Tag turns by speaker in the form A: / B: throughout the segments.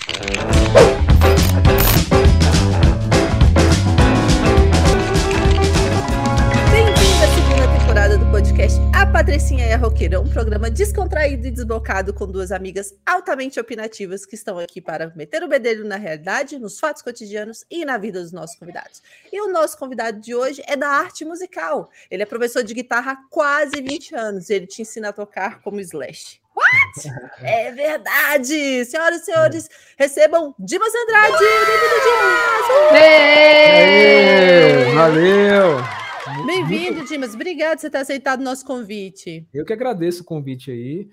A: Bem-vindo à segunda temporada do podcast A Patricinha e a Roqueira, um programa descontraído e desbocado com duas amigas altamente opinativas que estão aqui para meter o bedelho na realidade, nos fatos cotidianos e na vida dos nossos convidados. E o nosso convidado de hoje é da arte musical. Ele é professor de guitarra há quase 20 anos e ele te ensina a tocar como Slash. What? É verdade! Senhoras e senhores, recebam Dimas Andrade!
B: Bem-vindo, Dimas! Valeu!
A: Bem-vindo, Dimas. Obrigado por você ter aceitado o nosso convite.
B: Eu que agradeço o convite aí.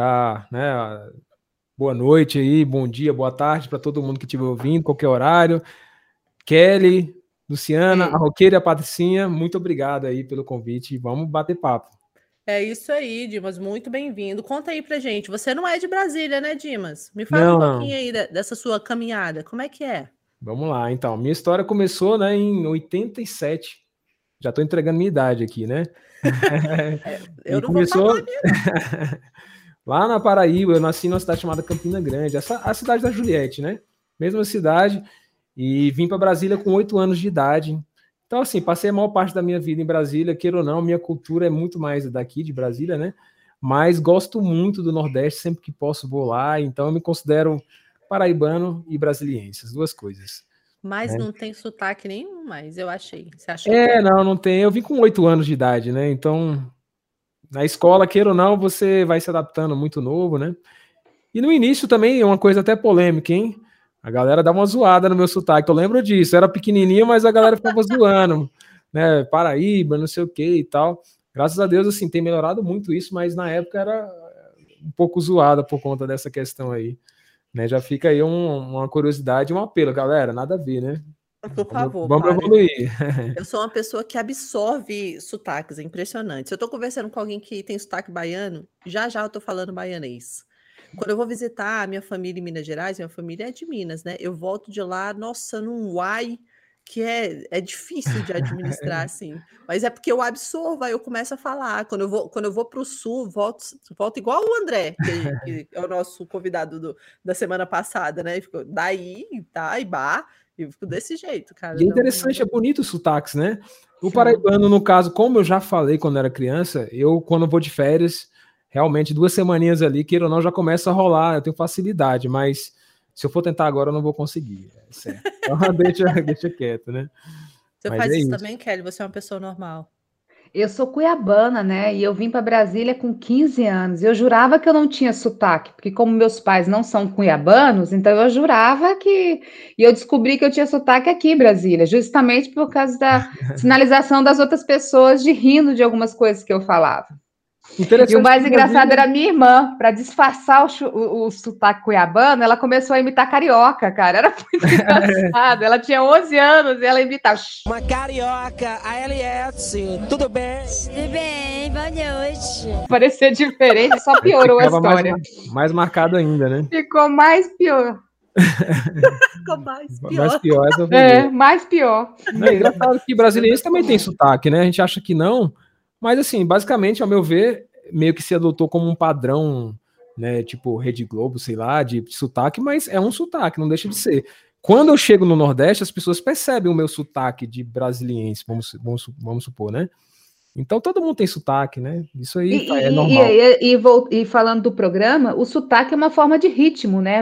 B: Boa noite aí, bom dia, boa tarde para todo mundo que estiver ouvindo, qualquer horário. Kelly, Luciana, a Roqueira e a Patricinha, muito obrigado aí pelo convite. Vamos bater papo.
A: É isso aí, Dimas. Muito bem-vindo. Conta aí pra gente. Você não é de Brasília, né, Dimas? Me fala um pouquinho aí dessa sua caminhada. Como é que é?
B: Vamos lá, então. Minha história começou, né, em 87. Já estou entregando minha idade aqui, né?
A: Eu não vou falar
B: lá na Paraíba. Eu nasci numa cidade chamada Campina Grande, a cidade da Juliette, né? Mesma cidade. E vim para Brasília com 8 anos de idade. Então, assim, passei a maior parte da minha vida em Brasília, queira ou não, minha cultura é muito mais daqui de Brasília, né? Mas gosto muito do Nordeste, sempre que posso vou lá, então eu me considero paraibano e brasiliense, as duas coisas.
A: Mas não tem sotaque nenhum, mas eu achei. Você achou?
B: Não tem. Eu vim com 8 anos de idade, né? Então, na escola, queira ou não, você vai se adaptando muito novo, né? E no início também, uma coisa até polêmica, hein? A galera dá uma zoada no meu sotaque, eu lembro disso. Eu era pequenininho, mas a galera ficava zoando, né? Paraíba, não sei o que e tal. Graças a Deus, assim, tem melhorado muito isso, mas na época era um pouco zoada por conta dessa questão aí, né? Já fica aí uma curiosidade e um apelo, galera, nada a ver, né?
A: Por favor,
B: vamos evoluir.
A: Eu sou uma pessoa que absorve sotaques, é impressionante. Se eu estou conversando com alguém que tem sotaque baiano, já eu estou falando baianês. Quando eu vou visitar a minha família em Minas Gerais, minha família é de Minas, né? Eu volto de lá, nossa, num uai que é difícil de administrar, assim. Mas é porque eu absorvo, aí eu começo a falar. Quando eu vou para o sul, volto igual o André, que é o nosso convidado da semana passada, né? Daí, Itaibá, eu fico desse jeito, cara.
B: E é interessante, é bonito os sotaques, né? O paraibano, no caso, como eu já falei quando era criança, quando vou de férias, realmente 2 semaninhas ali, queira ou não, já começa a rolar, eu tenho facilidade, mas se eu for tentar agora, eu não vou conseguir. É certo. Então, deixa quieto, né?
A: Você faz isso também, Kelly? Você é uma pessoa normal.
C: Eu sou cuiabana, né? E eu vim para Brasília com 15 anos. Eu jurava que eu não tinha sotaque, porque como meus pais não são cuiabanos, então eu jurava que... E eu descobri que eu tinha sotaque aqui em Brasília, justamente por causa da sinalização das outras pessoas de rindo de algumas coisas que eu falava. E o mais engraçado era a minha irmã, para disfarçar o sotaque cuiabano, ela começou a imitar carioca, cara. Era muito engraçado. Ela tinha 11 anos e ela imitava.
D: Uma carioca, a Eliette, tudo bem?
E: Tudo bem, boa noite.
C: Parecia diferente, só piorou a história.
B: Mais marcado ainda, né?
C: Ficou mais pior.
A: Ficou mais pior.
B: Mais pior,
C: mais pior.
B: É engraçado que brasileiro também tem sotaque, né? A gente acha que não. Mas, assim, basicamente, ao meu ver, meio que se adotou como um padrão, né, tipo Rede Globo, sei lá, de sotaque, mas é um sotaque, não deixa de ser. Quando eu chego no Nordeste, as pessoas percebem o meu sotaque de brasiliense, vamos supor, né? Então, todo mundo tem sotaque, né? Isso aí é normal.
C: E falando do programa, o sotaque é uma forma de ritmo, né?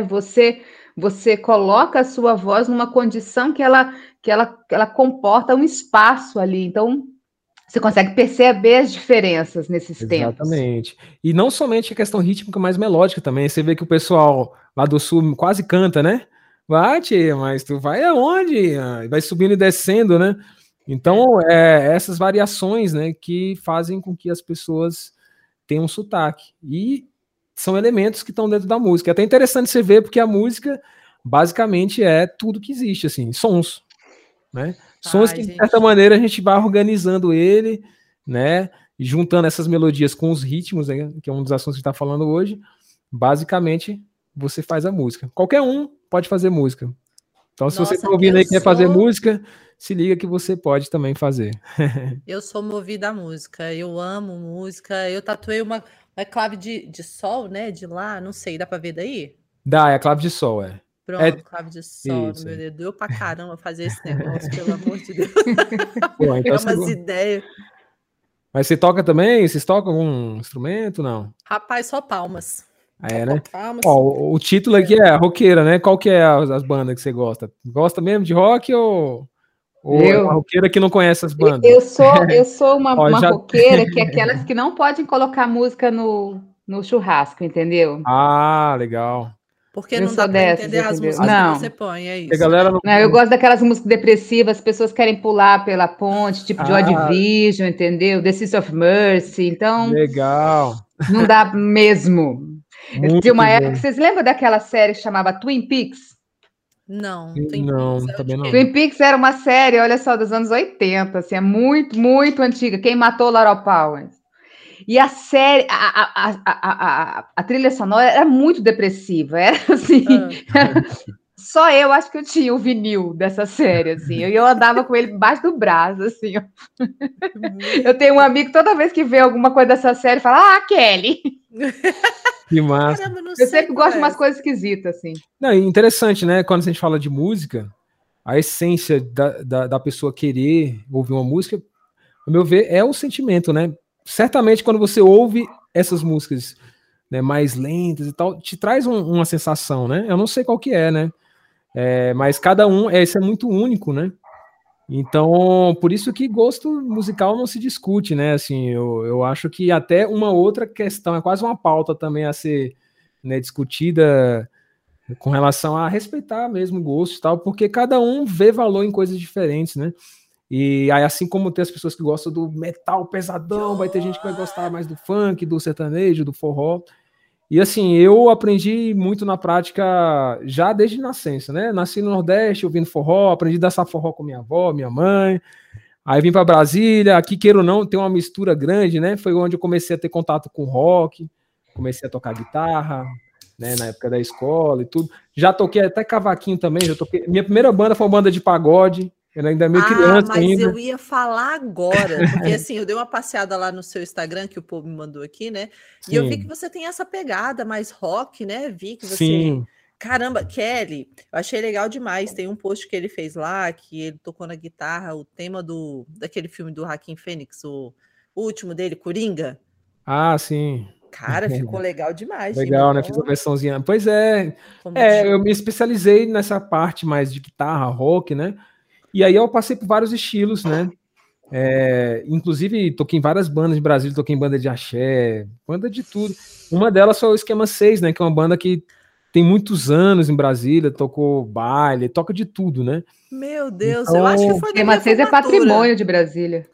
C: Você coloca a sua voz numa condição que ela comporta um espaço ali, então... Você consegue perceber as diferenças nesses tempos.
B: Exatamente. E não somente a questão rítmica, mas melódica também. Você vê que o pessoal lá do sul quase canta, né? Vai, tia, mas tu vai aonde? Vai subindo e descendo, né? Então, essas variações, né, que fazem com que as pessoas tenham um sotaque. E são elementos que estão dentro da música. É até interessante você ver, porque a música, basicamente, é tudo que existe, assim, sons, né? Sons que, de certa maneira, a gente vai organizando ele, né? Juntando essas melodias com os ritmos, né? Que é um dos assuntos que a gente está falando hoje. Basicamente, você faz a música. Qualquer um pode fazer música. Então, se você está ouvindo aí e quer fazer música, se liga que você pode também fazer.
A: Eu sou movida à música. Eu amo música. Eu tatuei uma clave de sol, né? De lá, não sei. Dá para ver daí?
B: Dá, é a clave de sol,
A: Pronto, clave de sol no
B: Isso.
A: meu dedo. Deu pra caramba fazer esse negócio, pelo amor de Deus.
B: Pô, então
A: É umas ideias.
B: Mas você toca também? Vocês tocam algum instrumento? Não.
A: Rapaz, só palmas.
B: É, né?
A: Palmas.
B: Ó, o título aqui é roqueira, né? Qual que é as bandas que você gosta? Gosta mesmo de rock ou é uma roqueira que não conhece as bandas?
C: Eu sou uma
B: Já...
C: roqueira que é aquelas que não podem colocar música no churrasco, entendeu?
B: Ah, legal.
A: Porque
C: Eu
A: não
C: sou
A: dá pra
C: dessas,
A: entender as
C: entendeu?
A: músicas
C: Não.
A: que você põe, é
B: A
A: isso.
B: galera não...
C: Não, eu gosto daquelas músicas depressivas, as pessoas querem pular pela ponte, tipo Joy
B: Ah,
C: Division, entendeu? The Seas of Mercy, então
B: legal.
C: não dá mesmo.
B: Muito
C: Tinha uma época,
B: bom.
C: vocês lembram daquela série que chamava Twin Peaks?
A: Não,
B: Não, também não.
C: Twin Peaks era uma série, olha só, dos anos 80, assim, é muito, muito antiga. Quem matou Laura Palmer? E a série, a trilha sonora era muito depressiva, era assim. Só eu acho que eu tinha o vinil dessa série, assim. Eu andava com ele embaixo do braço, assim. Eu tenho um amigo, toda vez que vê alguma coisa dessa série, fala: Kelly!
B: Que massa.
A: Caramba, não
C: Eu
A: sei
C: sempre
A: qual
C: gosto de
A: é
C: umas
A: essa.
C: coisas esquisitas, assim.
B: Não, e interessante, né? Quando a gente fala de música, a essência da pessoa querer ouvir uma música, ao meu ver, é o sentimento, né? Certamente, quando você ouve essas músicas, né, mais lentas e tal, te traz uma sensação, né? Eu não sei qual que é, né? Mas cada um, esse é muito único, né? Então, por isso que gosto musical não se discute, né? Assim, eu acho que até uma outra questão, é quase uma pauta também a ser, né, discutida com relação a respeitar mesmo o gosto e tal, porque cada um vê valor em coisas diferentes, né? E aí, assim como tem as pessoas que gostam do metal pesadão, vai ter gente que vai gostar mais do funk, do sertanejo, do forró. E assim, eu aprendi muito na prática já desde nascença, né? Nasci no Nordeste ouvindo forró, aprendi a dançar forró com minha avó, minha mãe. Aí vim para Brasília, aqui queira ou não, tem uma mistura grande, né? Foi onde eu comecei a ter contato com rock, comecei a tocar guitarra, né, na época da escola e tudo. Já toquei até cavaquinho também, já toquei. Minha primeira banda foi uma banda de pagode, eu ainda meio criança
A: mas
B: ainda.
A: eu ia falar agora, porque assim, eu dei uma passeada lá no seu Instagram, que o povo me mandou aqui, né?
B: Sim.
A: E eu vi que você tem essa pegada mais rock, né? Vi que você...
B: Sim.
A: Caramba, Kelly, eu achei legal demais. Tem um post que ele fez lá, que ele tocou na guitarra o tema daquele filme do Joaquin Phoenix, o último dele, Coringa.
B: Ah, sim.
A: Cara, ficou legal demais.
B: Legal, né? Fiz uma versãozinha. Pois é, eu me especializei nessa parte mais de guitarra, rock, né? E aí eu passei por vários estilos, né? Inclusive, toquei em várias bandas de Brasília, toquei em banda de axé, banda de tudo. Uma delas foi o Esquema 6, né? Que é uma banda que tem muitos anos em Brasília, tocou baile, toca de tudo, né?
A: Meu Deus, então, eu acho que foi da minha
C: 6 é patrimônio de Brasília.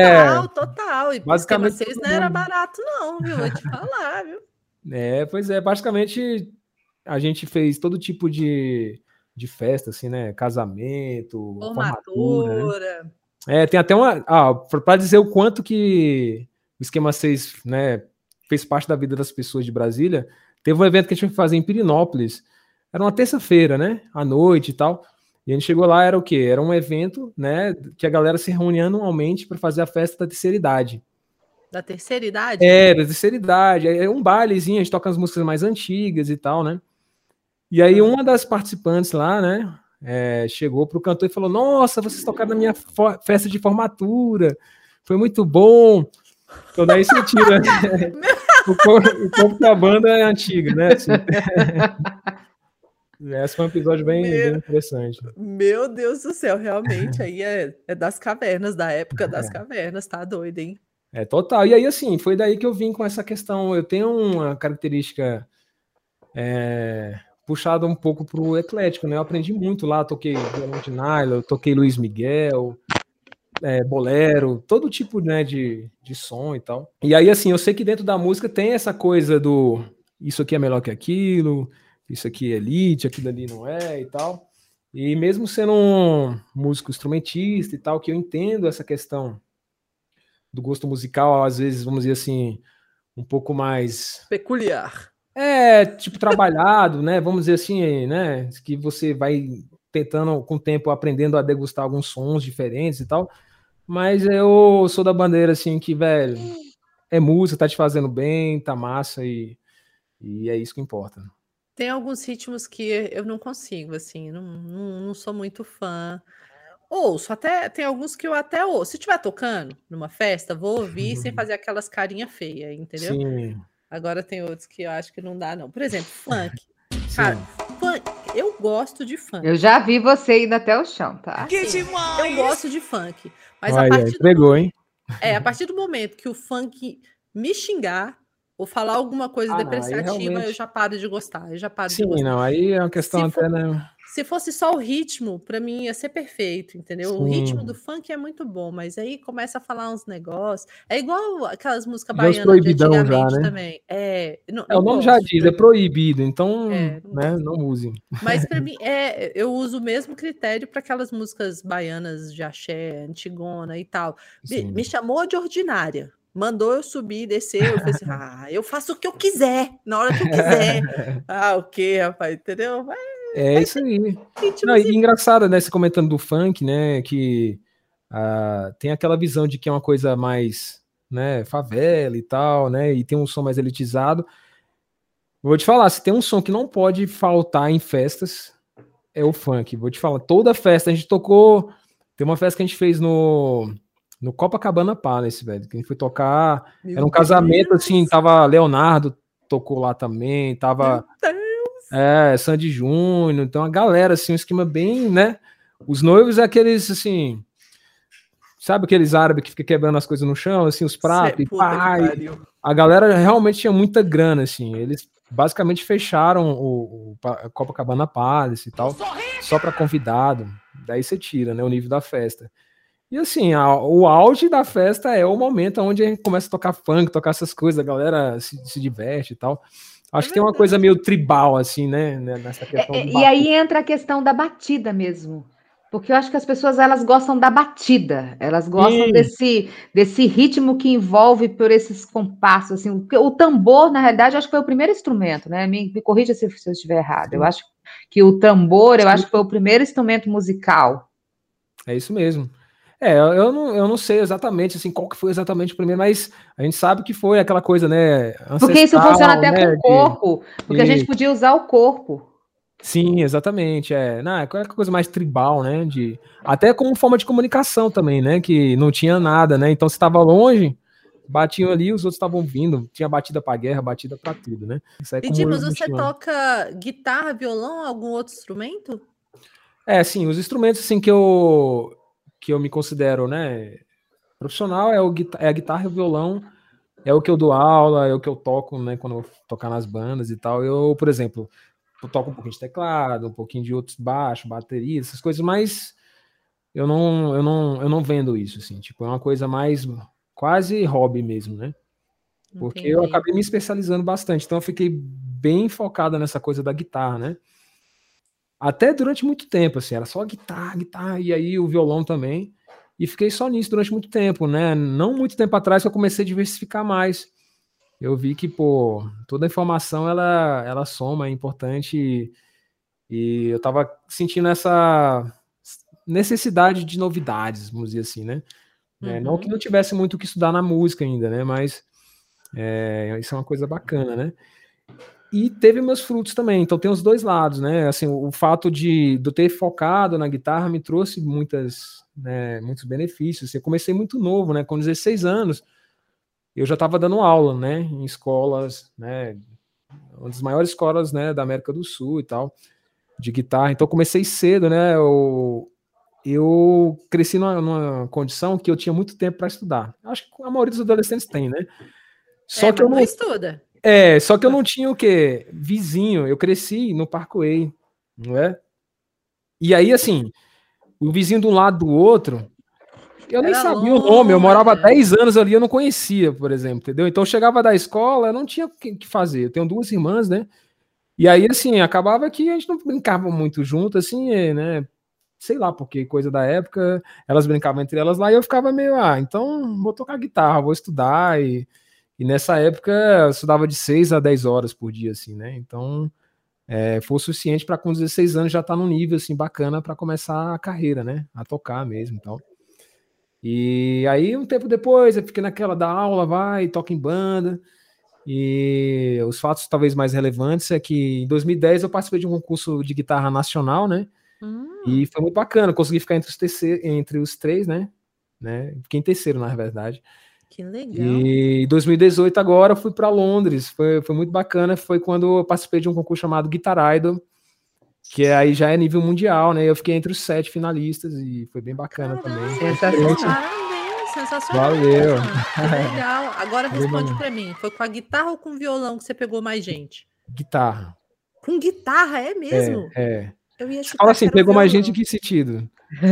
A: Total. E
B: basicamente,
A: Esquema 6 não era barato não, viu? Vou te falar, viu?
B: Pois é, basicamente a gente fez todo tipo de festa, assim, né? Casamento, formatura, né? Tem até uma... para dizer o quanto que o Esquema 6, né, fez parte da vida das pessoas de Brasília, teve um evento que a gente foi fazer em Pirinópolis, era uma terça-feira, né, à noite e tal, e a gente chegou lá, era o quê? Era um evento, né, que a galera se reunia anualmente para fazer a festa da terceira idade.
A: Da terceira idade?
B: Da terceira idade, é um bailezinho, a gente toca as músicas mais antigas e tal, né, e aí uma das participantes lá, né, chegou pro cantor e falou: nossa, vocês tocaram na minha festa de formatura, foi muito bom. Então daí você tira o corpo da banda é antiga, né? Assim. Esse foi um episódio bem interessante.
A: Meu Deus do céu, realmente aí é das cavernas, da época das cavernas, tá doido, hein?
B: Total. E aí, assim, foi daí que eu vim com essa questão. Eu tenho uma característica puxada um pouco pro eclético, né? Eu aprendi muito lá, toquei violão de nylon, toquei Luiz Miguel, bolero, todo tipo, né, de som e tal. E aí, assim, eu sei que dentro da música tem essa coisa do isso aqui é melhor que aquilo, isso aqui é elite, aquilo ali não é e tal. E mesmo sendo um músico instrumentista e tal, que eu entendo essa questão do gosto musical, às vezes, vamos dizer assim, um pouco mais...
A: peculiar.
B: Tipo, trabalhado, né? Vamos dizer assim, né? Que você vai tentando, com o tempo, aprendendo a degustar alguns sons diferentes e tal. Mas eu sou da bandeira, assim, que, velho, é música, tá te fazendo bem, tá massa e é isso que importa.
A: Tem alguns ritmos que eu não consigo, assim, não sou muito fã. Ouço, até tem alguns que eu até ouço. Se estiver tocando numa festa, vou ouvir sem fazer aquelas carinha feia, entendeu?
B: Sim,
A: Agora tem outros que eu acho que não dá, não. Por exemplo, funk. Cara,
B: sim.
A: funk, eu gosto de funk.
C: Eu já vi você indo até o chão, tá?
D: Que
A: Assim,
D: demais!
A: eu gosto de funk. Mas a
B: Olha,
A: partir do
B: entregou,
A: momento,
B: hein?
A: a partir do momento que o funk me xingar ou falar alguma coisa
B: Ah, não, aí
A: depreciativa, eu
B: realmente.
A: já paro de gostar. Eu já paro de
B: Sim,
A: gostar.
B: não, aí é uma questão
A: Se
B: até,
A: for,
B: né?
A: se fosse só o ritmo, pra mim ia ser perfeito, entendeu? O ritmo do
B: Sim.
A: funk é muito bom, mas aí começa a falar uns negócios. É igual aquelas músicas
B: Já os
A: baianas de
B: proibidão já,
A: antigamente
B: né?
A: também. Não,
B: É, o
A: não
B: nome já
A: gosto de
B: diz, é
A: proibir.
B: proibido, então,
A: Não
B: né,
A: gosto.
B: não usem.
A: Mas pra mim, eu uso o mesmo critério para aquelas músicas baianas de axé, antigona e tal. Me
B: Sim.
A: chamou de ordinária. Mandou eu subir, descer, eu falei assim, eu faço o que eu quiser, na hora que eu quiser. Ah, o quê, rapaz, entendeu?
B: É isso aí. Não,
A: Ritmos
B: e engraçado, né, você comentando do funk, né, que tem aquela visão de que é uma coisa mais, né, favela e tal, né, e tem um som mais elitizado. Vou te falar, se tem um som que não pode faltar em festas, é o funk. Vou te falar, toda festa, a gente tocou, tem uma festa que a gente fez no Copacabana Palace, velho, que a gente foi tocar,
A: Meu
B: era um casamento, assim,
A: Deus!
B: tava Leonardo, tocou lá também,
A: Meu
B: tava
A: Deus!
B: Sandy Júnior, então a galera, assim, um esquema bem, né? Os noivos é aqueles, assim, sabe aqueles árabes que ficam quebrando as coisas no chão, assim, os pratos, e
A: Puta que
B: pá, e
A: pariu.
B: a galera realmente tinha muita grana, assim, eles basicamente fecharam o Copacabana Palace e tal, só para convidado, daí você tira, né, o nível da festa. E assim, o auge da festa é o momento onde a gente começa a tocar funk, tocar essas coisas, a galera se diverte e tal.
A: É
B: Acho que tem uma coisa
A: verdade.
B: meio tribal, assim, né? Nessa questão do
C: E
B: batuque.
C: aí entra a questão da batida mesmo. Porque eu acho que as pessoas elas gostam da batida, elas gostam
B: Sim,
C: desse ritmo que envolve por esses compassos, assim, porque o tambor, na realidade, eu acho que foi o primeiro instrumento, né? Me corrija se eu estiver errado. Eu
B: sim,
C: acho que o tambor, eu acho
B: sim,
C: que foi o primeiro instrumento musical.
B: é isso mesmo. Eu não sei exatamente, assim, qual que foi exatamente o primeiro, mas a gente sabe que foi aquela coisa, né,
C: Porque isso funciona
B: ancestral,
C: até com
B: né,
C: o corpo, porque a gente
B: de
C: podia usar o corpo.
B: sim, exatamente. Não, é aquela coisa mais tribal, né? Até como forma de comunicação também, né? Que não tinha nada, né? Então você estava longe, batiam ali, os outros estavam vindo. Tinha batida para guerra, batida para tudo, né? Isso aí
A: E
B: como
A: Dimas,
B: eu
A: você
B: motivando.
A: toca guitarra, violão, algum outro instrumento?
B: Sim, os instrumentos assim que eu me considero, né? Profissional é a guitarra e o violão. É o que eu dou aula, é o que eu toco, né? Quando eu vou tocar nas bandas e tal. Eu, por exemplo, eu toco um pouquinho de teclado, um pouquinho de outros baixo, bateria, essas coisas, mas eu não vendo isso, assim, tipo, é uma coisa mais quase hobby mesmo, né? Porque eu
A: Entendi.
B: acabei me especializando bastante, então eu fiquei bem focada nessa coisa da guitarra, né? Até durante muito tempo, assim, era só guitarra, guitarra, e aí o violão também, e fiquei só nisso durante muito tempo, né? Não muito tempo atrás que eu comecei a diversificar mais. Eu vi que, pô, toda informação ela soma, é importante, e eu tava sentindo essa necessidade de novidades, vamos dizer assim, né? Não que
A: Uhum.
B: não tivesse muito o que estudar na música ainda, né? Mas isso é uma coisa bacana, né? E teve meus frutos também, então tem os dois lados, né? Assim, o fato de eu ter focado na guitarra me trouxe muitos benefícios. Assim, eu comecei muito novo, né? Com 16 anos, eu já estava dando aula, né? Em escolas, né? Uma das maiores escolas, né? Da América do Sul e tal, de guitarra. Então eu comecei cedo, né? Eu cresci numa condição que eu tinha muito tempo para estudar. Acho que a maioria dos adolescentes tem, né? Só que eu
A: Mas não
B: não,
A: estuda.
B: só que eu não tinha o quê? Vizinho. Eu cresci no Parkway, não é? E aí, assim, o vizinho de um lado do outro, eu nem
A: Era
B: sabia o nome. Eu
A: longe.
B: morava há 10 anos ali, eu não conhecia, por exemplo, entendeu? Então eu chegava da escola, eu não tinha o que fazer. Eu tenho duas irmãs, né? E aí, assim, acabava que a gente não brincava muito junto, assim, né? Sei lá, porque coisa da época, elas brincavam entre elas lá e eu ficava meio, então vou tocar guitarra, vou estudar. E nessa época eu estudava de 6 a 10 horas por dia, assim, né? Então foi o suficiente para com 16 anos já estar num nível, assim, bacana para começar a carreira, né? A tocar mesmo e tal. E aí, um tempo depois, eu fiquei naquela da aula, vai, toca em banda. E os fatos talvez mais relevantes é que em 2010 eu participei de um concurso de guitarra nacional, né? E foi muito bacana, consegui ficar entre os três, né? Fiquei em terceiro, na verdade.
A: Que legal.
B: E em 2018 agora eu fui para Londres, foi muito bacana, foi quando eu participei de um concurso chamado Guitar Idol, que aí já é nível mundial, né? Eu fiquei entre os 7 finalistas e foi bem bacana também.
C: Sensacional.
A: Parabéns, sensacional.
B: Valeu.
A: Que legal. Agora responde pra mim, foi com a guitarra ou com o violão que você pegou mais gente?
B: Guitarra.
A: Com guitarra, é mesmo? Eu ia chutar
B: Fala assim,
A: que era o
B: pegou mais
A: violão.
B: gente em que sentido?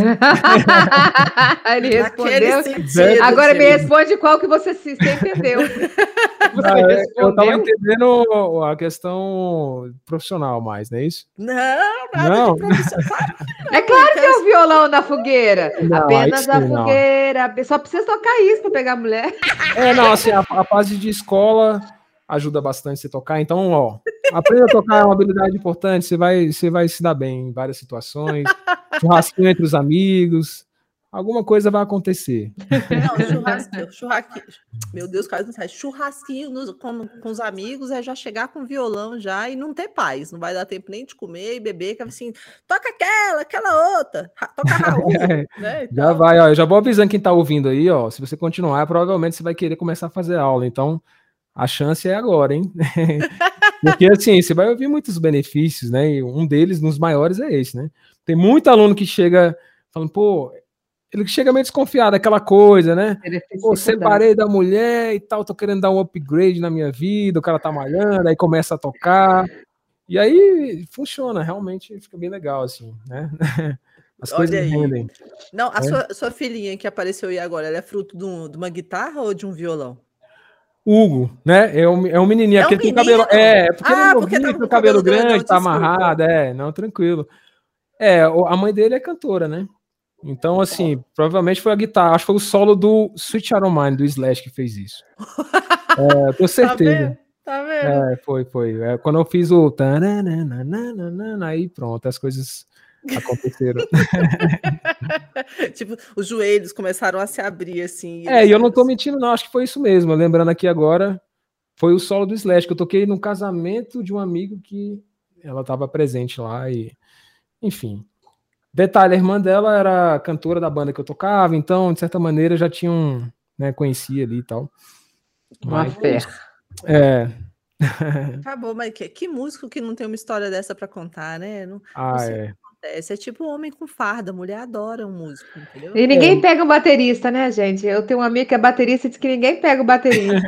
C: Ele
A: Naquele
C: respondeu.
A: sentido,
C: Agora me
A: gente.
C: responde qual que você entendeu.
B: Eu tava entendendo a questão profissional mais, não é isso?
A: Não, nada
B: Não.
A: de profissional.
C: É claro que é o violão na fogueira.
B: Não,
C: Apenas
B: aí
C: a
B: sim, não.
C: fogueira. Só precisa tocar isso para pegar a mulher.
B: Não, assim, a fase de escola ajuda bastante você tocar. Então, ó, aprenda a tocar, é uma habilidade importante. Você vai se dar bem em várias situações. Churrasquinho entre os amigos. Alguma coisa vai acontecer.
A: Não, churrasquinho. Meu Deus, quase não sai. Churrasquinho com os amigos é já chegar com violão já e não ter paz. Não vai dar tempo nem de comer e beber, que é assim, toca aquela outra, toca Raul. Né? Então...
B: Já vai, ó. Eu já vou avisando quem tá ouvindo aí, ó. Se você continuar, provavelmente você vai querer começar a fazer aula. Então, a chance é agora, hein? Porque assim, você vai ouvir muitos benefícios, né? E um deles, nos maiores, é esse, né? Tem muito aluno que chega falando, pô, ele chega meio desconfiado, aquela coisa, né? Pô, separei da mulher e tal, tô querendo dar um upgrade na minha vida, o cara tá malhando, aí começa a tocar. E aí funciona, realmente fica bem legal, assim, né? As coisas rendem.
A: Não, sua filhinha que apareceu aí agora, ela é fruto de uma guitarra ou de um violão?
B: Hugo, né? É um menininho,
A: é um
B: porque
A: menino?
B: Tem cabelo. Porque ele
A: porque
B: tem
A: com
B: o cabelo grande, tá
A: desculpa.
B: amarrado, não, tranquilo. A mãe dele é cantora, né? Então, assim, provavelmente foi a guitarra, acho que foi o solo do Sweet Child O' Mine, do Slash, que fez isso. Tenho certeza.
A: Tá vendo?
B: Foi. Quando eu fiz o... Aí pronto, as coisas aconteceram.
A: Tipo, os joelhos começaram a se abrir, assim.
B: E eu não tô mentindo, não, acho que foi isso mesmo. Lembrando aqui agora, foi o solo do Slash, que eu toquei no casamento de um amigo que ela tava presente lá e... Enfim... Detalhe, a irmã dela era cantora da banda que eu tocava, então, de certa maneira, já tinham, né, conhecia ali e tal.
C: Uma fé.
A: Tá bom, mas que músico que não tem uma história dessa pra contar, né? Não sei o que acontece. É tipo homem com farda, mulher adora um músico, entendeu?
C: E ninguém pega o baterista, né, gente? Eu tenho um amigo que é baterista e diz que ninguém pega o baterista.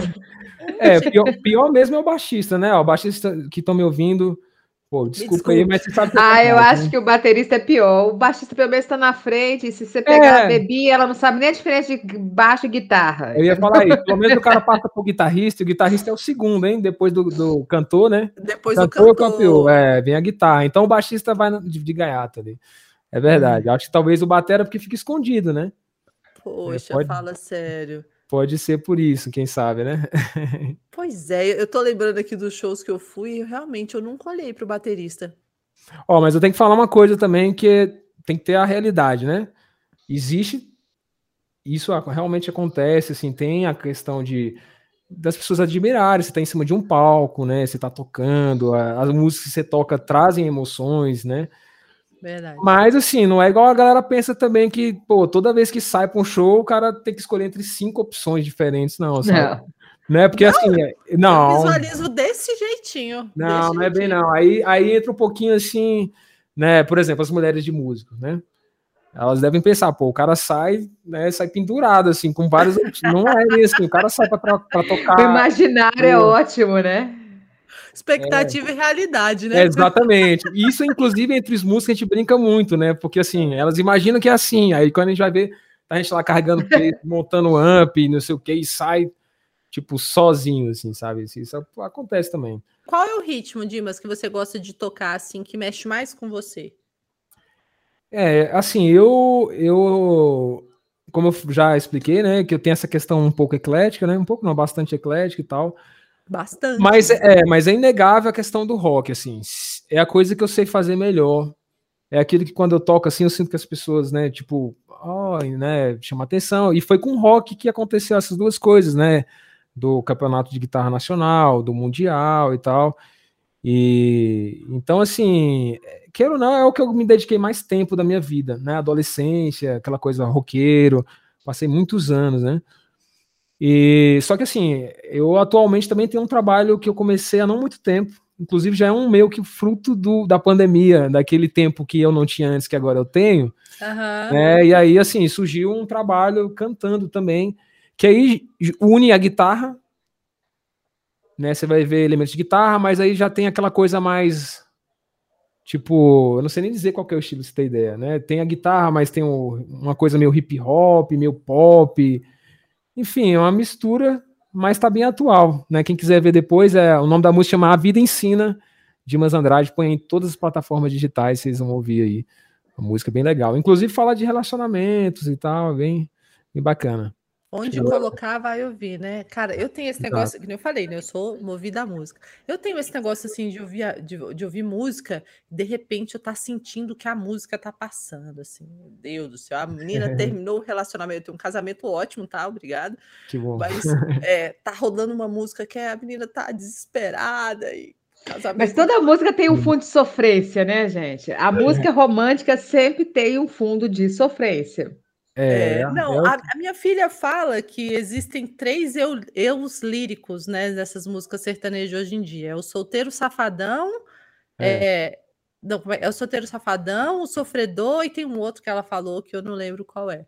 B: Pior mesmo é o baixista, né? O baixista que estão me ouvindo... Pô, desculpa aí, mas você sabe que
C: eu acho que o baterista é pior. O baixista pelo menos está na frente, e se você pegar a Bebi, ela não sabe nem a diferença de baixo e guitarra.
B: Eu ia falar isso, pelo menos o cara passa pro guitarrista, e o guitarrista é o segundo, hein? Depois do cantor, né?
A: Depois do cantor.
B: Campeão, vem a guitarra. Então o baixista vai de gaiato ali. É verdade. Acho que talvez o batera porque fica escondido, né?
A: Poxa, fala sério.
B: Pode ser por isso, quem sabe, né?
A: Pois é, eu tô lembrando aqui dos shows que eu fui e realmente eu nunca olhei pro baterista.
B: Mas eu tenho que falar uma coisa também, que tem que ter a realidade, né? Existe, isso realmente acontece, assim, tem a questão das pessoas admirarem, você tá em cima de um palco, né? Você tá tocando, as músicas que você toca trazem emoções, né?
A: Verdade.
B: Mas, assim, não é igual a galera pensa também que, pô, toda vez que sai pra um show, o cara tem que escolher entre 5 opções diferentes, não, sabe? Né? Porque, assim, não.
A: Eu visualizo desse jeitinho.
B: Não é bem não. Aí entra um pouquinho, assim, né? Por exemplo, as mulheres de músicos, né? Elas devem pensar, pô, o cara sai, né? Sai pendurado, assim, com vários... Não é isso, assim, o cara sai pra tocar...
C: O imaginário é ótimo, né?
A: Expectativa e realidade, né?
B: Exatamente. Isso, inclusive, entre os músicos a gente brinca muito, né? Porque, assim, elas imaginam que é assim. Aí, quando a gente vai ver, a gente lá carregando peso, montando amp, não sei o que, e sai, tipo, sozinho, assim, sabe? Isso acontece também.
A: Qual é o ritmo, Dimas, que você gosta de tocar, assim, que mexe mais com você?
B: Assim, eu como eu já expliquei, né, que eu tenho essa questão um pouco eclética, né? Um pouco não, bastante eclética e tal.
A: Bastante.
B: Mas é inegável a questão do rock, assim. É a coisa que eu sei fazer melhor. É aquilo que quando eu toco, assim, eu sinto que as pessoas, né, tipo, né, chama atenção. E foi com rock que aconteceu essas duas coisas, né? do Campeonato de Guitarra Nacional, do Mundial e tal. E então, assim, queira ou não, é o que eu me dediquei mais tempo da minha vida, né? Adolescência, aquela coisa roqueiro, passei muitos anos, né? E só que assim, eu atualmente também tenho um trabalho que eu comecei há não muito tempo, inclusive já é um meio que fruto da pandemia, daquele tempo que eu não tinha antes, que agora eu tenho, né? E aí, assim, surgiu um trabalho cantando também, que aí une a guitarra, né? Você vai ver elementos de guitarra, mas aí já tem aquela coisa mais, tipo, eu não sei nem dizer qual que é o estilo, se tem ideia, né? Tem a guitarra, mas tem uma coisa meio hip hop, meio pop, enfim, é uma mistura, mas tá bem atual, né? Quem quiser ver depois, o nome da música chama A Vida Ensina, Dimas Andrade, põe em todas as plataformas digitais, vocês vão ouvir aí. Uma música bem legal. Inclusive fala de relacionamentos e tal, bem bacana.
A: Onde colocar, vai ouvir, né? Cara, eu tenho esse negócio, que nem eu falei, né? Eu sou movida à música. Eu tenho esse negócio, assim, de ouvir música, de repente eu tá sentindo que a música tá passando, assim. Meu Deus do céu, a menina terminou o relacionamento, tem um casamento ótimo, tá? Obrigada.
B: Que bom.
A: Mas tá rolando uma música que a menina tá desesperada e...
C: Mas toda música tem um fundo de sofrência, né, gente? A música romântica sempre tem um fundo de sofrência.
A: A minha filha fala que existem 3 eus líricos, né, dessas músicas sertanejas hoje em dia. É o solteiro safadão, é o solteiro safadão, o sofredor, e tem um outro que ela falou que eu não lembro qual é.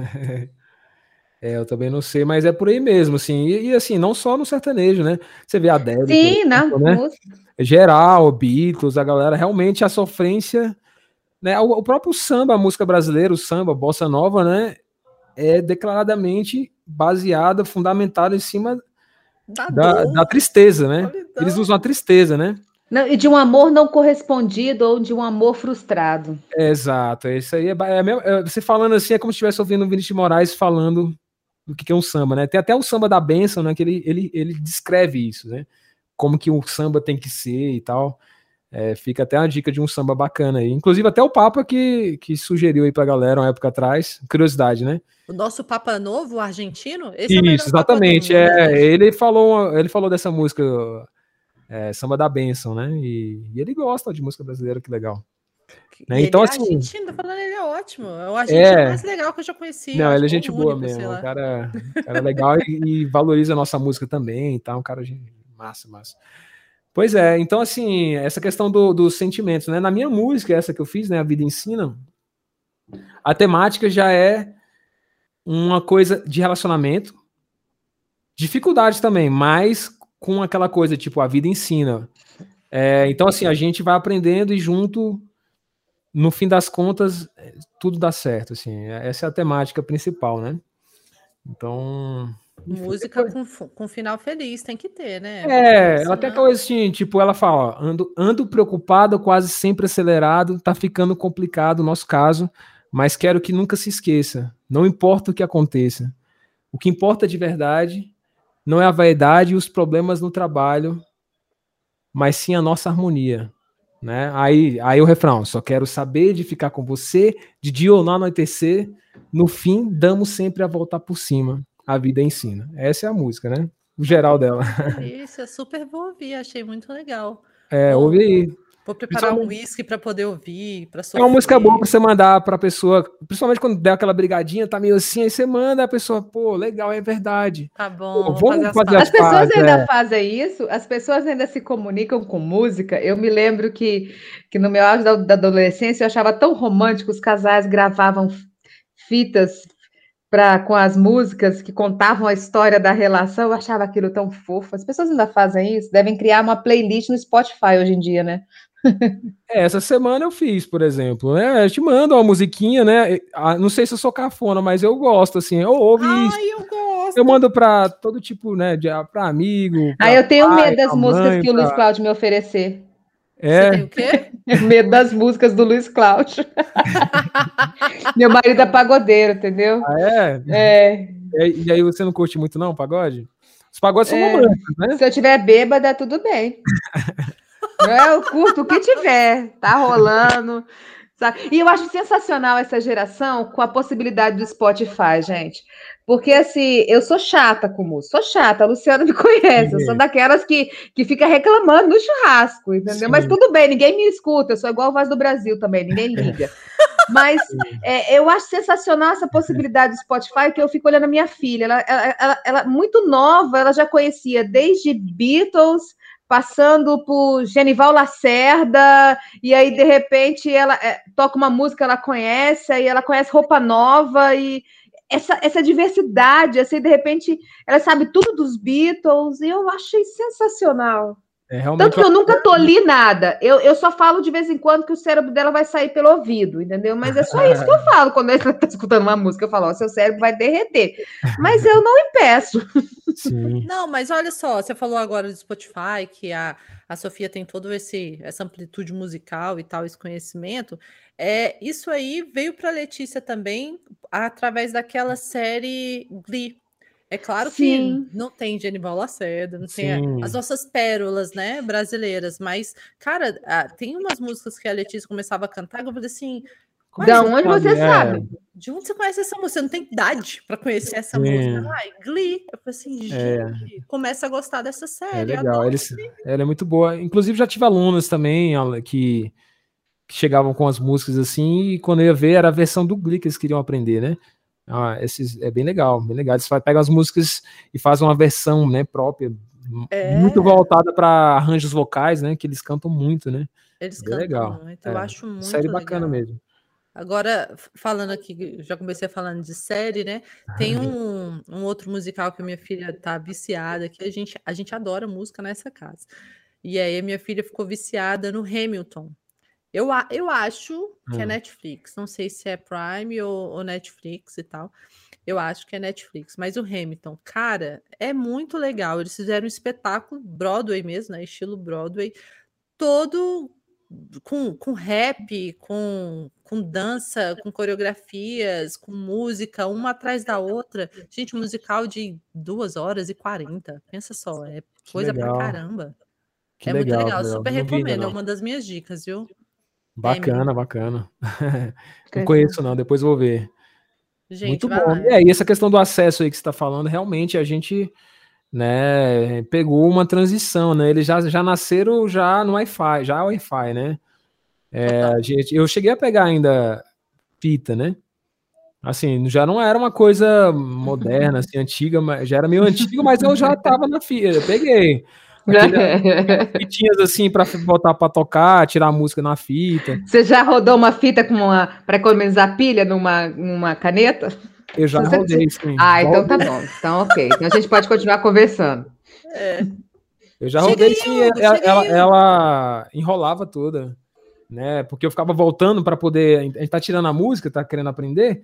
B: Eu também não sei, mas é por aí mesmo, assim, e assim, não só no sertanejo, né? Você vê a Adele,
C: sim,
B: exemplo, né? Geral, Beatles, a galera, realmente a sofrência, né? O próprio samba, a música brasileira, o samba, a bossa nova, né? É declaradamente baseada, fundamentada em cima da tristeza, né? Eles usam a tristeza, né?
C: Não, e de um amor não correspondido ou de um amor frustrado.
B: Exato, isso aí você falando assim, é como se estivesse ouvindo o Vinícius de Moraes falando do que é um samba, né? Tem até o samba da bênção, né? Que ele descreve isso, né? Como que o samba tem que ser e tal. Fica até uma dica de um samba bacana aí. Inclusive até o Papa que sugeriu aí pra galera uma época atrás. Curiosidade, né?
A: O nosso Papa Novo, o argentino? Esse
B: isso, exatamente. Ele falou dessa música Samba da Bênção, né? E ele gosta de música brasileira, que legal. Né? Então, assim,
A: argentino, tô falando, ele é ótimo. É o argentino mais legal que eu já conheci.
B: Não, ele é gente boa mesmo. Um cara legal e valoriza a nossa música também, tá? Um cara massa. Pois é, então, assim, essa questão dos sentimentos, né? Na minha música, essa que eu fiz, né? A Vida Ensina, a temática já é uma coisa de relacionamento, dificuldades também, mas com aquela coisa, tipo, a vida ensina. Então, assim, a gente vai aprendendo e junto, no fim das contas, tudo dá certo, assim. Essa é a temática principal, né? Então...
A: Música com final feliz, tem que ter, né?
B: Ela tem aquela coisa assim, tipo, ela fala, ó, ando preocupado, quase sempre acelerado, tá ficando complicado o nosso caso, mas quero que nunca se esqueça, não importa o que aconteça. O que importa de verdade não é a vaidade e os problemas no trabalho, mas sim a nossa harmonia, né? Aí o refrão, só quero saber de ficar com você, de dia ou não anoitecer, no fim, damos sempre a voltar por cima. A vida ensina. Essa é a música, né? O geral dela.
A: Isso, eu super vou ouvir, achei muito legal.
B: Ouve aí.
A: Vou preparar um whisky para poder ouvir, para
B: sofrer. É uma música boa para você mandar para a pessoa, principalmente quando der aquela brigadinha, tá meio assim, aí você manda a pessoa, pô, legal, é verdade.
A: Tá bom,
B: vamos fazer
C: as pessoas ainda fazem isso, as pessoas ainda se comunicam com música. Eu me lembro que no meu auge da adolescência eu achava tão romântico, os casais gravavam fitas com as músicas que contavam a história da relação, eu achava aquilo tão fofo. As pessoas ainda fazem isso? Devem criar uma playlist no Spotify hoje em dia, né?
B: Essa semana eu fiz, por exemplo, né? Eu te mando uma musiquinha, né? Não sei se eu sou cafona, mas eu gosto, assim. Eu ouvo isso.
A: Eu gosto.
B: Eu mando pra todo tipo, né? Pra amigo.
C: Eu tenho medo das músicas que o Luiz Cláudio me oferecer.
A: Você tem o quê?
C: Medo das músicas do Luiz Cláudio. Meu marido é pagodeiro, entendeu?
B: E aí você não curte muito, não, pagode? Os pagodes são românticos, né?
C: Se eu tiver bêbada, tudo bem. Eu curto o que tiver, tá rolando. Sabe? E eu acho sensacional essa geração com a possibilidade do Spotify, gente. Porque, assim, eu sou chata com música, sou chata, a Luciana me conhece, eu sou daquelas que fica reclamando no churrasco, entendeu? Sim. Mas tudo bem, ninguém me escuta, eu sou igual a Voz do Brasil também, ninguém liga. Mas eu acho sensacional essa possibilidade do Spotify, que eu fico olhando a minha filha, ela muito nova, ela já conhecia desde Beatles, passando por Genival Lacerda, e aí, de repente, ela toca uma música, ela conhece, aí ela conhece Roupa Nova, e essa diversidade, assim, de repente, ela sabe tudo dos Beatles, e eu achei sensacional. Tanto que eu nunca tolhi nada, eu só falo de vez em quando que o cérebro dela vai sair pelo ouvido, entendeu? Mas é só isso que eu falo quando ela está escutando uma música, eu falo, seu cérebro vai derreter, mas eu não impeço.
A: Sim. Não, mas olha só, você falou agora do Spotify, que a Sofia tem toda essa amplitude musical e tal, esse conhecimento, isso aí veio para a Letícia também através daquela série Glee. É claro que não tem Genival Lacerda, não tem as nossas pérolas, né, brasileiras, mas, cara, tem umas músicas que a Letícia começava a cantar, que eu falei assim...
C: Da onde você sabe?
A: De onde você conhece essa música? Você não tem idade para conhecer essa música. Glee. Eu falei assim, gente, começa a gostar dessa série.
B: É legal, ela é muito boa. Inclusive, já tive alunos também que chegavam com as músicas assim, e quando eu ia ver, era a versão do Glee que eles queriam aprender, né? É bem legal, bem legal. Eles pegam as músicas e fazem uma versão, né, própria, muito voltada para arranjos vocais, né? Que eles cantam muito, né?
A: Eles cantam legal. Muito, eu acho muito
B: série bacana
A: legal.
B: Mesmo.
A: Agora, falando aqui, já comecei falando de série, né? Tem um outro musical que a minha filha tá viciada, que a gente adora música nessa casa. E aí a minha filha ficou viciada no Hamilton. Eu acho que é Netflix, não sei se é Prime ou Netflix e tal. Eu acho que é Netflix, mas o Hamilton, cara, é muito legal. Eles fizeram um espetáculo, Broadway mesmo, né? Estilo Broadway, todo com rap, com dança, com coreografias, com música, uma atrás da outra. Gente, um musical de 2h40. Pensa só, é coisa pra caramba.
B: Que legal,
A: muito legal, super recomendo, é uma das minhas dicas, viu?
B: Bacana. Não conheço não, depois vou ver.
A: Gente,
B: muito bom. E essa questão do acesso aí que você está falando, realmente a gente, né, pegou uma transição, né? Eles já nasceram já no Wi-Fi, né? Eu cheguei a pegar ainda fita, né? Assim, já não era uma coisa moderna, assim, antiga, mas já era meio antigo, mas eu já tava na fita, eu peguei. Fitinhas assim para botar para tocar, tirar a música na fita.
C: Você já rodou uma fita para economizar pilha numa caneta?
B: Eu já rodei, sim.
C: Então tá bom. Então, ok. Então a gente pode continuar conversando.
B: Eu já rodei, sim. Ela enrolava toda, né? Porque eu ficava voltando para poder. A gente tá tirando a música, tá querendo aprender.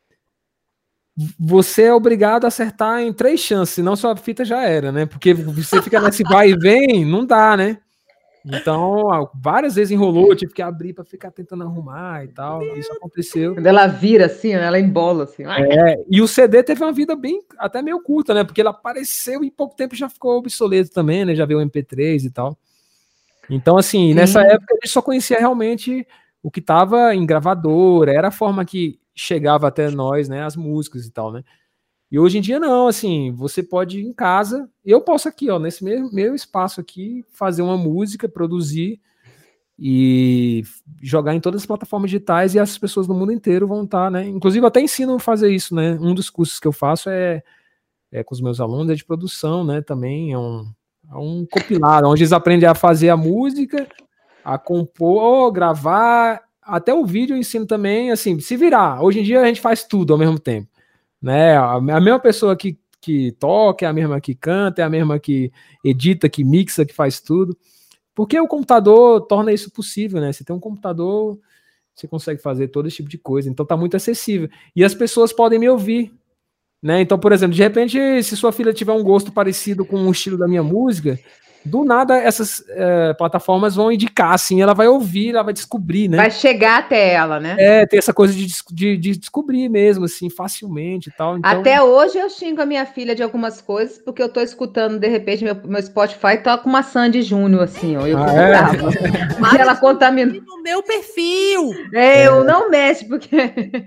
B: Você é obrigado a acertar em 3 chances, senão sua fita já era, né? Porque você fica nesse vai e vem, não dá, né? Então, várias vezes enrolou, eu tive que abrir para ficar tentando arrumar e tal. Isso aconteceu.
C: Quando ela vira assim, ela embola assim.
B: E o CD teve uma vida até meio curta, né? Porque ele apareceu e em pouco tempo já ficou obsoleto também, né? Já veio o MP3 e tal. Então, assim, nessa época a gente só conhecia realmente o que estava em gravadora, era a forma que chegava até nós, né, as músicas e tal, né? E hoje em dia não, assim, você pode ir em casa, eu posso aqui, ó, nesse meu espaço aqui, fazer uma música, produzir e jogar em todas as plataformas digitais e as pessoas do mundo inteiro vão estar, né? Inclusive eu até ensino a fazer isso, né? Um dos cursos que eu faço é com os meus alunos, é de produção, né? Também é um compilado, onde eles aprendem a fazer a música, a compor, gravar. Até o vídeo eu ensino também, assim, se virar. Hoje em dia a gente faz tudo ao mesmo tempo, né? A mesma pessoa que toca, é a mesma que canta, é a mesma que edita, que mixa, que faz tudo. Porque o computador torna isso possível, né? Você tem um computador, você consegue fazer todo esse tipo de coisa. Então tá muito acessível. E as pessoas podem me ouvir, né? Então, por exemplo, de repente, se sua filha tiver um gosto parecido com o estilo da minha música, do nada essas plataformas vão indicar, assim, ela vai ouvir, ela vai descobrir, né?
C: Vai chegar até ela, né?
B: Tem essa coisa de descobrir mesmo, assim, facilmente e tal. Então...
C: Até hoje eu xingo a minha filha de algumas coisas, porque eu tô escutando, de repente, meu Spotify toca uma Sandy Júnior, assim, ó, eu fico brava. Mas ela contamina
A: no meu perfil!
C: Eu não mexo, porque...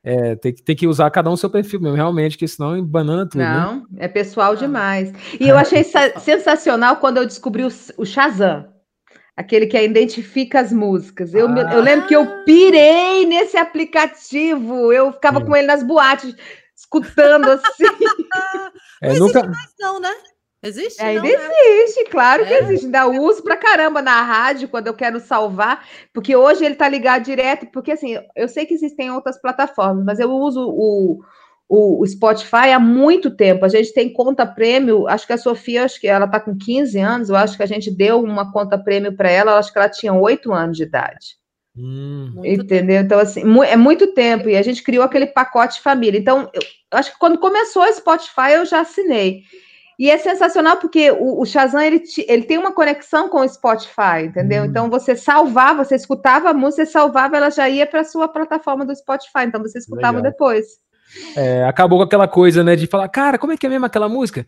B: Tem que usar cada um o seu perfil mesmo, realmente, que senão embanana tudo, né?
C: Não, é pessoal demais. E eu achei sensacional quando eu descobri o Shazam, aquele que identifica as músicas. Eu lembro que eu pirei nesse aplicativo, eu ficava com ele nas boates, escutando assim.
A: Não existe mais não, né? Existe?
C: Ainda
A: não,
C: existe, claro que existe. Ainda uso pra caramba na rádio quando eu quero salvar, porque hoje ele tá ligado direto, porque assim, eu sei que existem outras plataformas, mas eu uso o Spotify há muito tempo. A gente tem conta prêmio, acho que a Sofia, acho que ela tá com 15 anos, eu acho que a gente deu uma conta prêmio para ela, acho que ela tinha 8 anos de idade. Entendeu? Então, assim, é muito tempo, e a gente criou aquele pacote família. Então, eu acho que quando começou o Spotify, eu já assinei. E é sensacional porque o Shazam, ele tem uma conexão com o Spotify, entendeu? Então, você escutava a música, você salvava, ela já ia para a sua plataforma do Spotify, então você escutava depois.
B: Acabou com aquela coisa, né, de falar, cara, como é que é mesmo aquela música?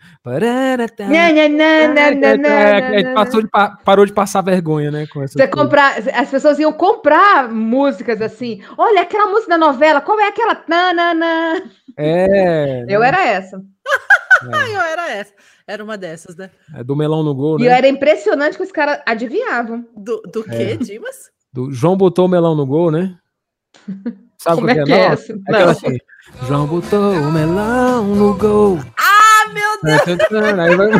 B: Parou de passar vergonha, né? Com essa
C: as pessoas iam comprar músicas assim. Olha, aquela música da novela, qual é aquela? Eu era essa.
A: Eu era essa. Era uma dessas, né?
B: Do Melão no Gol, né?
C: E era impressionante que os caras adivinhavam.
A: Do quê, Dimas?
B: Do João botou o melão no gol, né? Sabe
C: como é que é essa?
B: Aquela assim, João botou o melão no gol.
A: Meu Deus!
B: Aí vai...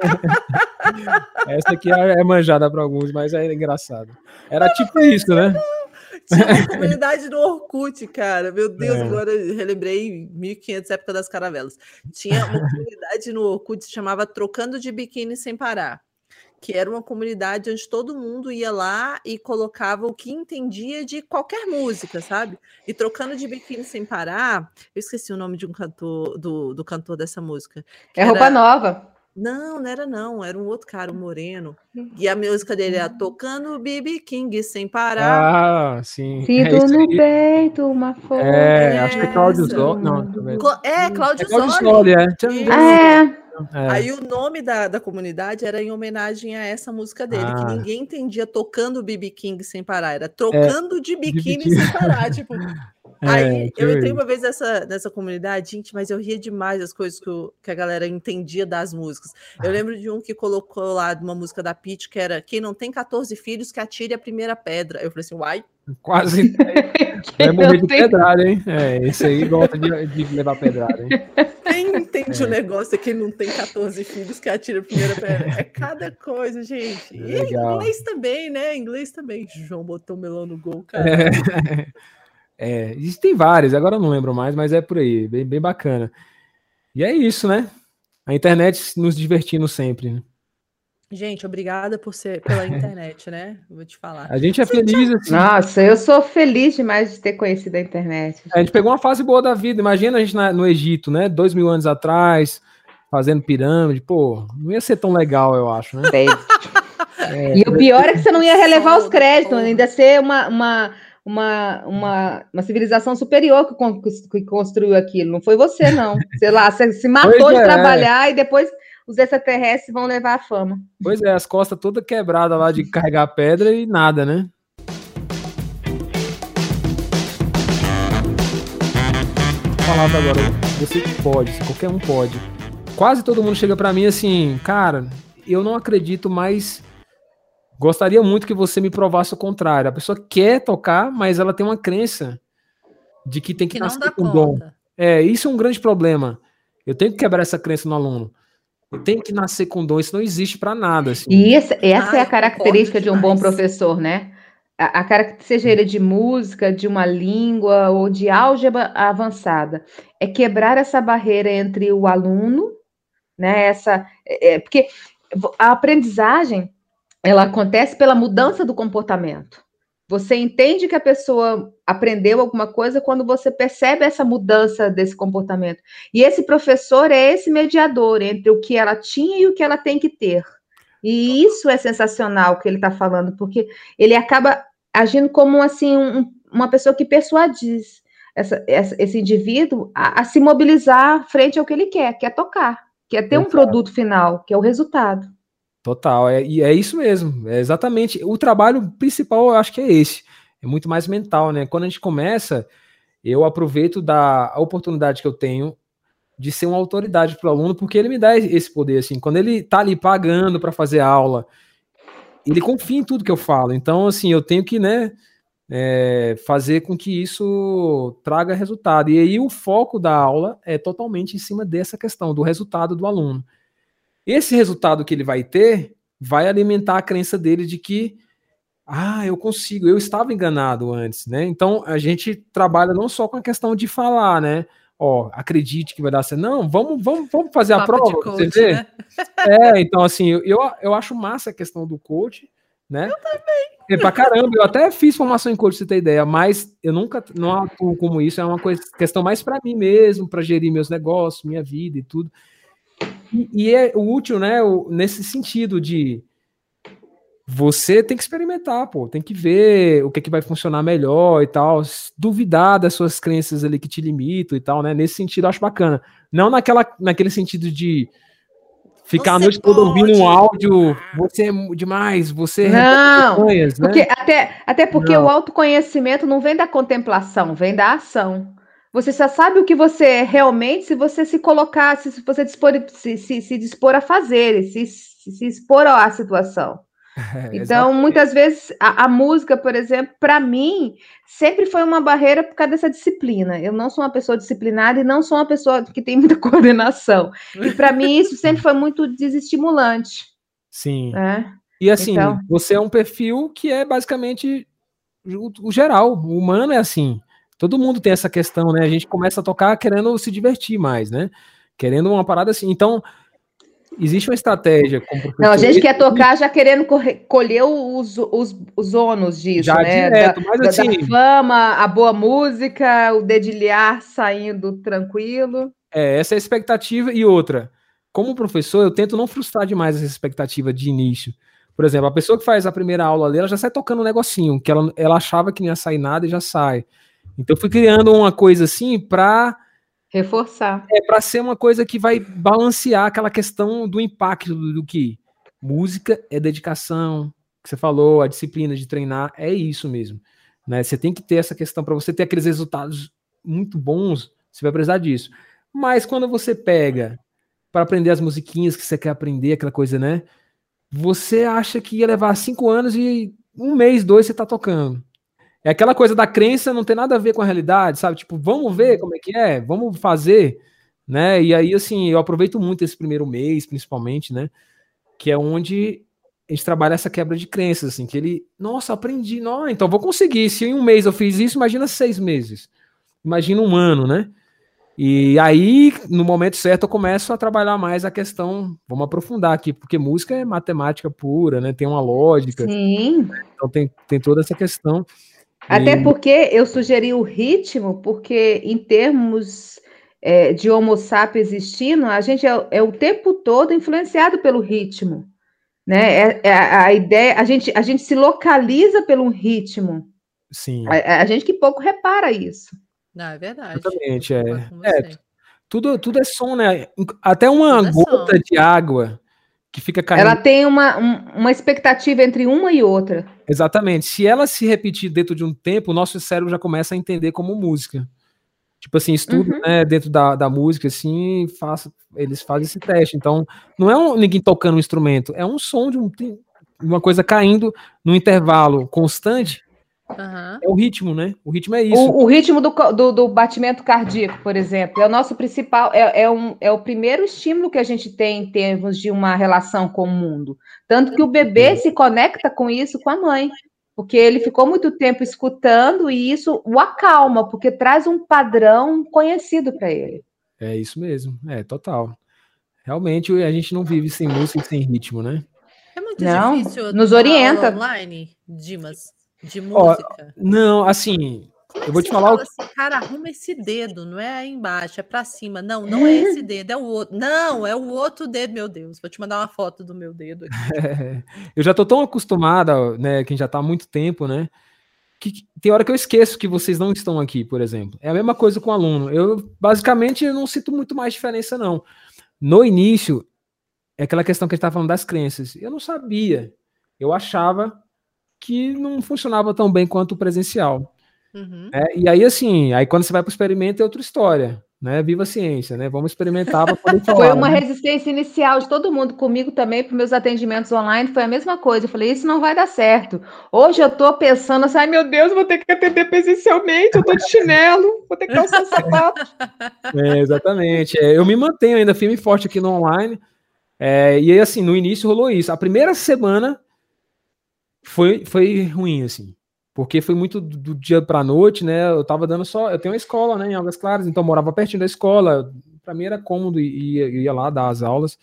B: Essa aqui é manjada para alguns, mas é engraçado. Era tipo isso, né?
A: Tinha uma comunidade no Orkut, cara. Meu Deus, agora eu relembrei 1500, época das caravelas. Tinha uma comunidade no Orkut que se chamava Trocando de Biquíni Sem Parar, que era uma comunidade onde todo mundo ia lá e colocava o que entendia de qualquer música, sabe? E Trocando de Biquíni Sem Parar, eu esqueci o nome de um cantor, do cantor dessa música.
C: Roupa Nova.
A: Não era não, era um outro cara, um moreno. E a música dele era Tocando BB King Sem Parar.
B: Ah, sim.
C: Sinto no peito uma força.
B: Acho que é Cláudio Zoli. Não,
A: Cláudio
B: Zoli.
A: Aí o nome da comunidade era em homenagem a essa música dele, que ninguém entendia Tocando BB King Sem Parar, era Trocando de Biquíni Sem Parar, tipo... Aí eu entrei uma vez nessa comunidade, gente, mas eu ria demais das coisas que a galera entendia das músicas. Eu lembro de um que colocou lá uma música da Pitty, que era Quem não tem 14 filhos, que atire a primeira pedra. Eu falei assim, uai.
B: Quase. Vai morrer de pedrada, hein? Esse aí gosta de levar pedrada, hein?
A: Quem entende o negócio é quem não tem 14 filhos, que atira a primeira pedra. É cada coisa, gente. E inglês também, né? Inglês também. João botou o melão no gol, cara.
B: Existem vários, agora eu não lembro mais, mas é por aí, bem bacana. E é isso, né? A internet nos divertindo sempre, né?
A: Gente, obrigada pela internet, né? Vou te falar.
B: A gente é feliz. Assim.
C: Nossa, eu sou feliz demais de ter conhecido a internet.
B: A gente pegou uma fase boa da vida. Imagina a gente no Egito, né? 2000 anos atrás, fazendo pirâmide. Pô, não ia ser tão legal, eu acho, né?
C: E o pior é que você não ia relevar os créditos, ainda ser uma civilização superior que construiu aquilo. Não foi você, não. Sei lá, você se matou de trabalhar e depois os extraterrestres vão levar a fama.
B: Pois é, as costas todas quebradas lá de carregar pedra e nada, né? Falava agora, você pode, qualquer um pode. Quase todo mundo chega pra mim assim, cara, eu não acredito, mas gostaria muito que você me provasse o contrário. A pessoa quer tocar, mas ela tem uma crença de que tem que nascer com dom. Isso é um grande problema. Eu tenho que quebrar essa crença no aluno. Eu tenho que nascer com dom, isso não existe para nada. Assim.
C: E essa é a característica de um bom professor, né? A característica, seja ele de música, de uma língua ou de álgebra avançada, é quebrar essa barreira entre o aluno, né? Porque a aprendizagem ela acontece pela mudança do comportamento. Você entende que a pessoa aprendeu alguma coisa quando você percebe essa mudança desse comportamento. E esse professor é esse mediador entre o que ela tinha e o que ela tem que ter. E isso é sensacional que ele está falando, porque ele acaba agindo como assim, uma pessoa que persuade esse indivíduo a se mobilizar frente ao que ele quer tocar, quer ter um produto final, que é o resultado.
B: Total, e é isso mesmo, é exatamente, o trabalho principal eu acho que é esse, é muito mais mental, né, quando a gente começa, eu aproveito a oportunidade que eu tenho de ser uma autoridade para o aluno, porque ele me dá esse poder, assim, quando ele tá ali pagando para fazer aula, ele confia em tudo que eu falo, então, assim, eu tenho que, né, fazer com que isso traga resultado, e aí o foco da aula é totalmente em cima dessa questão, do resultado do aluno. Esse resultado que ele vai ter, vai alimentar a crença dele de que, eu consigo, eu estava enganado antes, né, então a gente trabalha não só com a questão de falar, né, acredite que vai dar certo. Não, vamos fazer a prova,
A: coach,
B: você vê?
A: né?
B: Então, assim, eu acho massa a questão do coach, né?
A: Eu também.
B: Pra caramba, eu até fiz formação em coach, pra você ter ideia, mas eu não atuo como isso, é uma questão mais para mim mesmo, para gerir meus negócios, minha vida e tudo. E é útil, né, nesse sentido de você tem que experimentar, pô, tem que ver o que vai funcionar melhor e tal, duvidar das suas crenças ali que te limitam e tal, né? Nesse sentido, eu acho bacana. Não naquele sentido de ficar a noite toda ouvindo um áudio, você é demais, você
C: Não,
B: montanhas, né?
C: porque até porque
B: Não.
C: o autoconhecimento não vem da contemplação, vem da ação. Você só sabe o que você é realmente se você se colocar, se você se dispor a fazer, se expor à situação. Então, muitas vezes, a música, por exemplo, para mim, sempre foi uma barreira por causa dessa disciplina. Eu não sou uma pessoa disciplinada e não sou uma pessoa que tem muita coordenação. E para mim, isso sempre foi muito desestimulante.
B: Sim.
C: Né?
B: E assim,
C: então,
B: você é um perfil que é basicamente o geral, o humano é assim. Todo mundo tem essa questão, né? A gente começa a tocar querendo se divertir mais, né? Querendo uma parada assim. Então, existe uma estratégia como professor.
C: Não, a gente quer tocar já querendo colher os ônus disso,
B: já
C: né?
B: Direto, mas assim,
C: da fama, a boa música, o dedilhar saindo tranquilo.
B: Essa é a expectativa. E outra, como professor, eu tento não frustrar demais essa expectativa de início. Por exemplo, a pessoa que faz a primeira aula ali, ela já sai tocando um negocinho, que ela achava que não ia sair nada e já sai. Então, eu fui criando uma coisa assim para
C: reforçar.
B: Para ser uma coisa que vai balancear aquela questão do impacto do que música é dedicação, que você falou, a disciplina de treinar, é isso mesmo. Né? Você tem que ter essa questão para você ter aqueles resultados muito bons, você vai precisar disso. Mas quando você pega para aprender as musiquinhas que você quer aprender, aquela coisa, né? Você acha que ia levar 5 anos e 1 mês, 2 você tá tocando. É aquela coisa da crença, não tem nada a ver com a realidade, sabe? Tipo, vamos ver como é que é, vamos fazer, né? E aí, assim, eu aproveito muito esse primeiro mês, principalmente, né? Que é onde a gente trabalha essa quebra de crenças, assim, que ele, nossa, aprendi, não, então vou conseguir. Se em 1 mês eu fiz isso, imagina 6 meses. Imagina 1 ano, né? E aí, no momento certo, eu começo a trabalhar mais a questão, vamos aprofundar aqui, porque música é matemática pura, né? Tem uma lógica.
C: Sim.
B: Então tem toda essa questão.
C: Até porque eu sugeri o ritmo, porque em termos de Homo sapiens existindo, a gente é o tempo todo influenciado pelo ritmo. Né? A ideia, a gente se localiza pelo ritmo.
B: Sim.
C: A gente que pouco repara isso.
A: Não, é verdade.
B: Exatamente, tudo é som, né? Até uma gota de água que fica caindo.
C: Ela tem uma expectativa entre uma e outra.
B: Exatamente. Se ela se repetir dentro de um tempo, o nosso cérebro já começa a entender como música. Tipo assim, estudo, né, dentro da música, assim, eles fazem esse teste. Então, não é ninguém tocando um instrumento, é um som de uma coisa caindo num intervalo constante. É o ritmo, né? O ritmo é isso.
C: O ritmo do batimento cardíaco, por exemplo, é o nosso principal, é o primeiro estímulo que a gente tem em termos de uma relação com o mundo. Tanto que o bebê se conecta com isso com a mãe, porque ele ficou muito tempo escutando e isso o acalma, porque traz um padrão conhecido para ele.
B: É isso mesmo, total. Realmente a gente não vive sem música e sem ritmo, né?
A: É muito difícil
C: nos orienta.
A: Online, Dimas, de música.
B: Não, assim, eu vou te falar.
A: Assim, cara, arruma esse dedo, não é aí embaixo, é pra cima. Não, não é esse dedo, é o outro. Não, é o outro dedo, meu Deus. Vou te mandar uma foto do meu dedo aqui.
B: Eu já tô tão acostumada, né, quem já tá há muito tempo, né, que tem hora que eu esqueço que vocês não estão aqui, por exemplo. É a mesma coisa com o aluno. Eu, basicamente, eu não sinto muito mais diferença, não. No início, é aquela questão que a gente tava falando das crenças. Eu não sabia. Eu achava que não funcionava tão bem quanto o presencial. E aí, assim, quando você vai para o experimento é outra história, né? Viva a ciência, né? Vamos experimentar para poder falar.
C: Foi uma resistência inicial de todo mundo comigo também, para meus atendimentos online, foi a mesma coisa. Eu falei, isso não vai dar certo. Hoje eu tô pensando assim, ai meu Deus, vou ter que atender presencialmente, eu tô de chinelo, vou ter que calçar sapato.
B: Exatamente. Eu me mantenho ainda firme e forte aqui no online. E aí, assim, no início rolou isso. A primeira semana foi ruim, assim. Porque foi muito do dia pra noite, né? Eu tava dando só... Eu tenho uma escola, né? Em Águas Claras, então eu morava pertinho da escola. Pra mim era cômodo ia lá dar as aulas.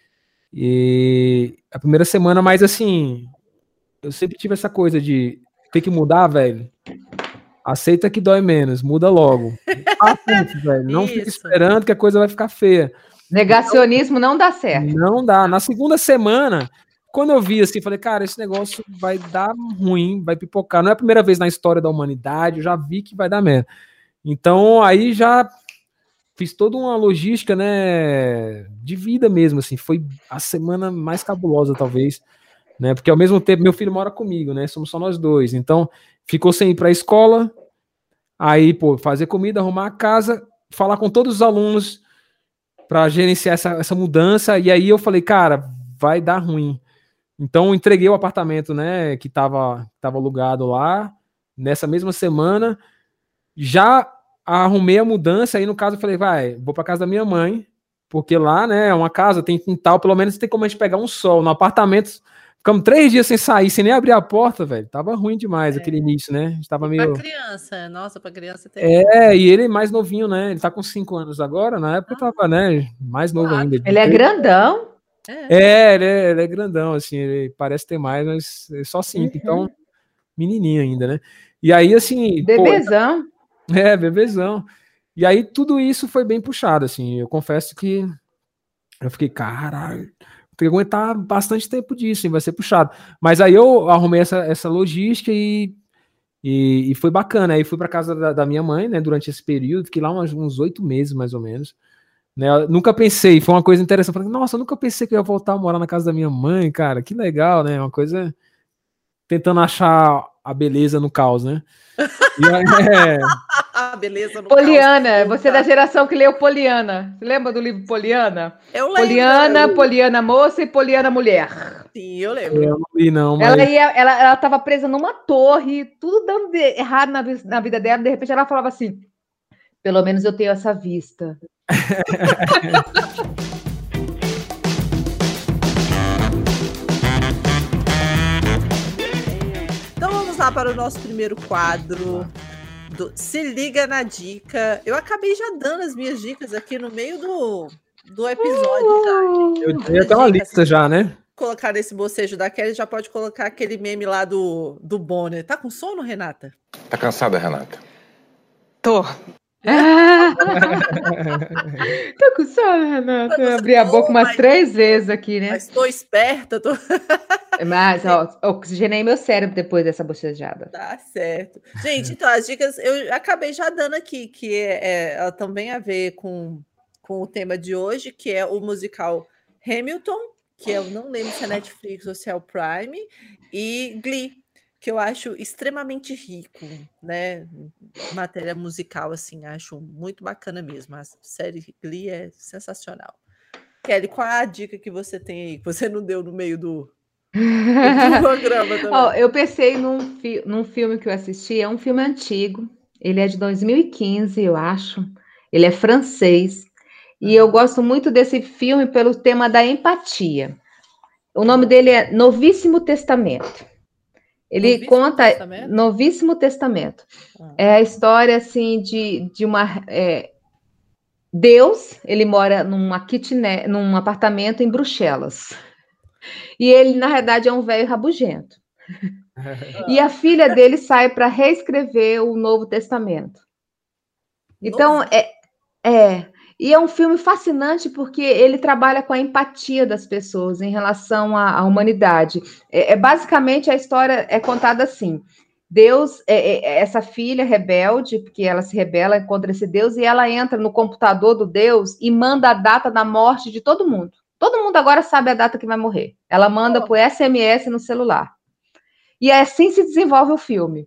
B: E a primeira semana, mas assim... Eu sempre tive essa coisa de ter que mudar, velho. Aceita que dói menos, muda logo. Velho. Não fica esperando que a coisa vai ficar feia.
C: Negacionismo não dá certo.
B: Não dá. Na segunda semana... Quando eu vi assim, falei, cara, esse negócio vai dar ruim, vai pipocar. Não é a primeira vez na história da humanidade, eu já vi que vai dar merda. Então, aí já fiz toda uma logística, né, de vida mesmo, assim. Foi a semana mais cabulosa, talvez, né? Porque ao mesmo tempo, meu filho mora comigo, né? Somos só nós dois. Então, ficou sem ir para a escola, aí, pô, fazer comida, arrumar a casa, falar com todos os alunos para gerenciar essa mudança. E aí eu falei, cara, vai dar ruim. Então, entreguei o apartamento, né, que estava alugado lá, nessa mesma semana. Já arrumei a mudança, aí no caso eu falei, vou para casa da minha mãe, porque lá, né, é uma casa, tem quintal, pelo menos tem como a gente pegar um sol. No apartamento, ficamos 3 dias sem sair, sem nem abrir a porta, velho. Tava ruim demais aquele início, né? A gente tava meio...
A: Pra criança, nossa, pra criança tem...
B: e ele é mais novinho, né? Ele tá com 5 anos agora, na época tava, né, mais novo ainda.
C: Ele é grandão.
B: Ele é grandão, assim, ele parece ter mais, mas é só 5, então, menininho ainda, né? E aí, assim...
C: Bebezão.
B: Bebezão. E aí, tudo isso foi bem puxado, assim, eu confesso que eu fiquei, caralho, tem que aguentar bastante tempo disso, hein, vai ser puxado. Mas aí eu arrumei essa logística e foi bacana. Aí fui para casa da minha mãe, né, durante esse período, fiquei lá uns 8 meses, mais ou menos. Né, eu nunca pensei, foi uma coisa interessante. Falei, nossa, eu nunca pensei que eu ia voltar a morar na casa da minha mãe, cara, que legal, né? Uma coisa tentando achar a beleza no caos, né? E aí,
A: A beleza no
C: Poliana,
A: caos.
C: você é da geração que leu Poliana. Você lembra do livro Poliana?
A: Eu lembro.
C: Poliana, Poliana moça e Poliana mulher.
A: Sim, eu lembro.
B: Eu não li, não, mas...
C: Ela estava presa numa torre, tudo dando errado na vida dela. De repente ela falava assim, pelo menos eu tenho essa vista.
A: Então vamos lá para o nosso primeiro quadro do Se Liga na Dica. Eu acabei já dando as minhas dicas aqui no meio do episódio.
B: Eu tenho até uma lista já, né?
A: Colocar nesse bocejo da Kelly, já pode colocar aquele meme lá do Bonner. Tá com sono, Renata?
F: Tá cansada, Renata?
E: Tô.
C: Tô com sono, Renata. Eu abri a boca umas 3 vezes aqui, né?
A: Mas tô esperta.
C: Mas, ó, oxigenei meu cérebro depois dessa bocejada.
A: Tá certo. Gente, então, as dicas eu acabei já dando aqui, que ela também a ver com o tema de hoje, que é o musical Hamilton, que eu não lembro se é Netflix ou se é o Prime, e Glee, que eu acho extremamente rico, né? Matéria musical, assim, acho muito bacana mesmo. A série Glee é sensacional. Kelly, qual é a dica que você tem aí, que você não deu no meio do programa também?
C: Oh, eu pensei num filme que eu assisti, é um filme antigo, ele é de 2015, eu acho, ele é francês, e eu gosto muito desse filme pelo tema da empatia. O nome dele é Novíssimo Testamento. Ele conta Novíssimo Testamento. É a história assim de uma Deus, ele mora num apartamento em Bruxelas. E ele, na verdade, é um velho rabugento. E a filha dele sai para reescrever o Novo Testamento. Então, e é um filme fascinante porque ele trabalha com a empatia das pessoas em relação à humanidade. Basicamente, a história é contada assim. Deus, essa filha rebelde, porque ela se rebela contra esse Deus, e ela entra no computador do Deus e manda a data da morte de todo mundo. Todo mundo agora sabe a data que vai morrer. Ela manda por SMS no celular. E assim se desenvolve o filme.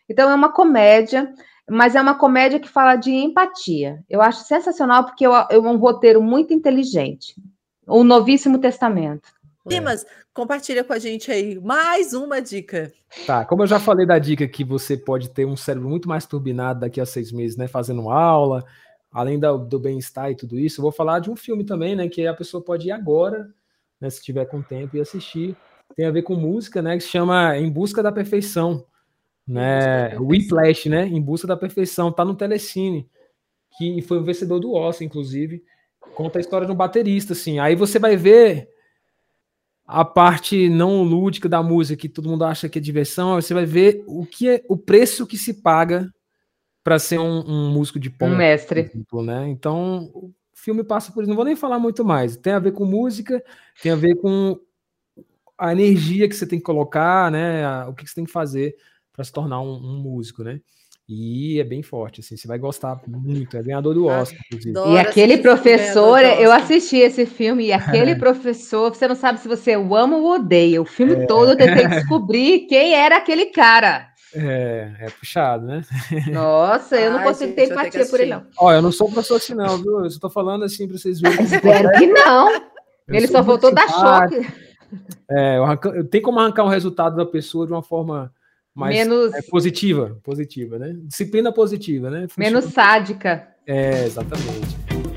C: Então é uma comédia, mas é uma comédia que fala de empatia. Eu acho sensacional porque é um roteiro muito inteligente. O Novíssimo Testamento.
A: Dimas, compartilha com a gente aí mais uma dica.
B: Tá, como eu já falei da dica que você pode ter um cérebro muito mais turbinado daqui a 6 meses, né, fazendo aula, além do bem-estar e tudo isso, eu vou falar de um filme também, né, que a pessoa pode ir agora, né, se tiver com tempo, e assistir. Tem a ver com música, né, que se chama Em Busca da Perfeição, né, Whiplash, né, Em Busca da Perfeição, tá no Telecine, que foi o vencedor do Oscar, inclusive, conta a história de um baterista, assim, aí você vai ver a parte não lúdica da música, que todo mundo acha que é diversão, você vai ver o que é o preço que se paga para ser um músico de ponta,
C: um mestre,
B: por exemplo, né? Então, o filme passa por isso. Não vou nem falar muito mais. Tem a ver com música, tem a ver com a energia que você tem que colocar, né? O que você tem que fazer para se tornar um músico, né? E é bem forte, assim, você vai gostar muito. É ganhador do Oscar, inclusive.
C: E aquele professor, eu assisti esse filme, e aquele professor, você não sabe se você o ama ou odeia. O filme todo eu tentei descobrir quem era aquele cara.
B: É puxado, né?
C: Nossa, eu não consigo ter empatia por ele, não.
B: Ó, eu não sou professor assim, não, viu? Eu só tô falando assim para vocês verem.
C: Espero que não. Ele só voltou dar choque.
B: Tem como arrancar um resultado da pessoa de uma forma mais positiva, né? Disciplina positiva, né?
C: Funciona. Menos sádica.
B: Exatamente.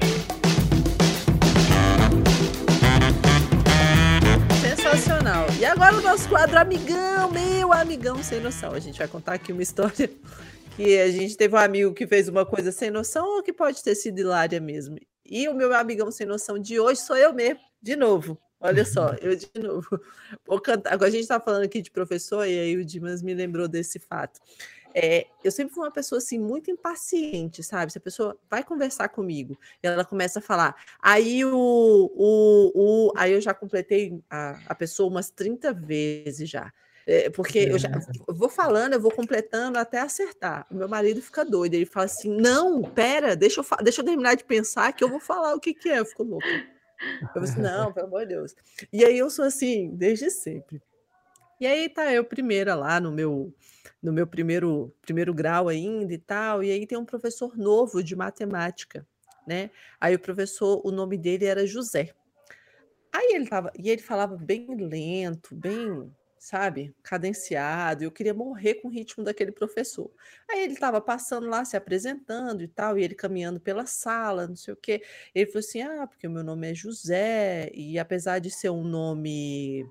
A: Sensacional. E agora o nosso quadro Amigão, meu amigão sem noção. A gente vai contar aqui uma história que a gente teve um amigo que fez uma coisa sem noção ou que pode ter sido hilária mesmo. E o meu amigão sem noção de hoje sou eu mesmo, de novo. Olha só, eu de novo vou cantar. Agora a gente está falando aqui de professor, e aí o Dimas me lembrou desse fato. Eu sempre fui uma pessoa assim, muito impaciente, sabe? Se a pessoa vai conversar comigo e ela começa a falar, aí aí eu já completei a pessoa umas 30 vezes já. Porque eu já vou falando, eu vou completando até acertar. O meu marido fica doido, ele fala assim: não, pera, deixa eu terminar de pensar que eu vou falar o que é. Eu fico louca. Eu falei assim, não, pelo amor de Deus. E aí eu sou assim, desde sempre. E aí tá eu primeira lá no meu primeiro grau ainda e tal, e aí tem um professor novo de matemática, né? Aí o professor, o nome dele era José. Aí ele falava bem lento, bem, sabe, cadenciado, e eu queria morrer com o ritmo daquele professor. Aí ele estava passando lá, se apresentando e tal, e ele caminhando pela sala, não sei o quê. Ele falou assim, porque o meu nome é José, e apesar de ser um nome...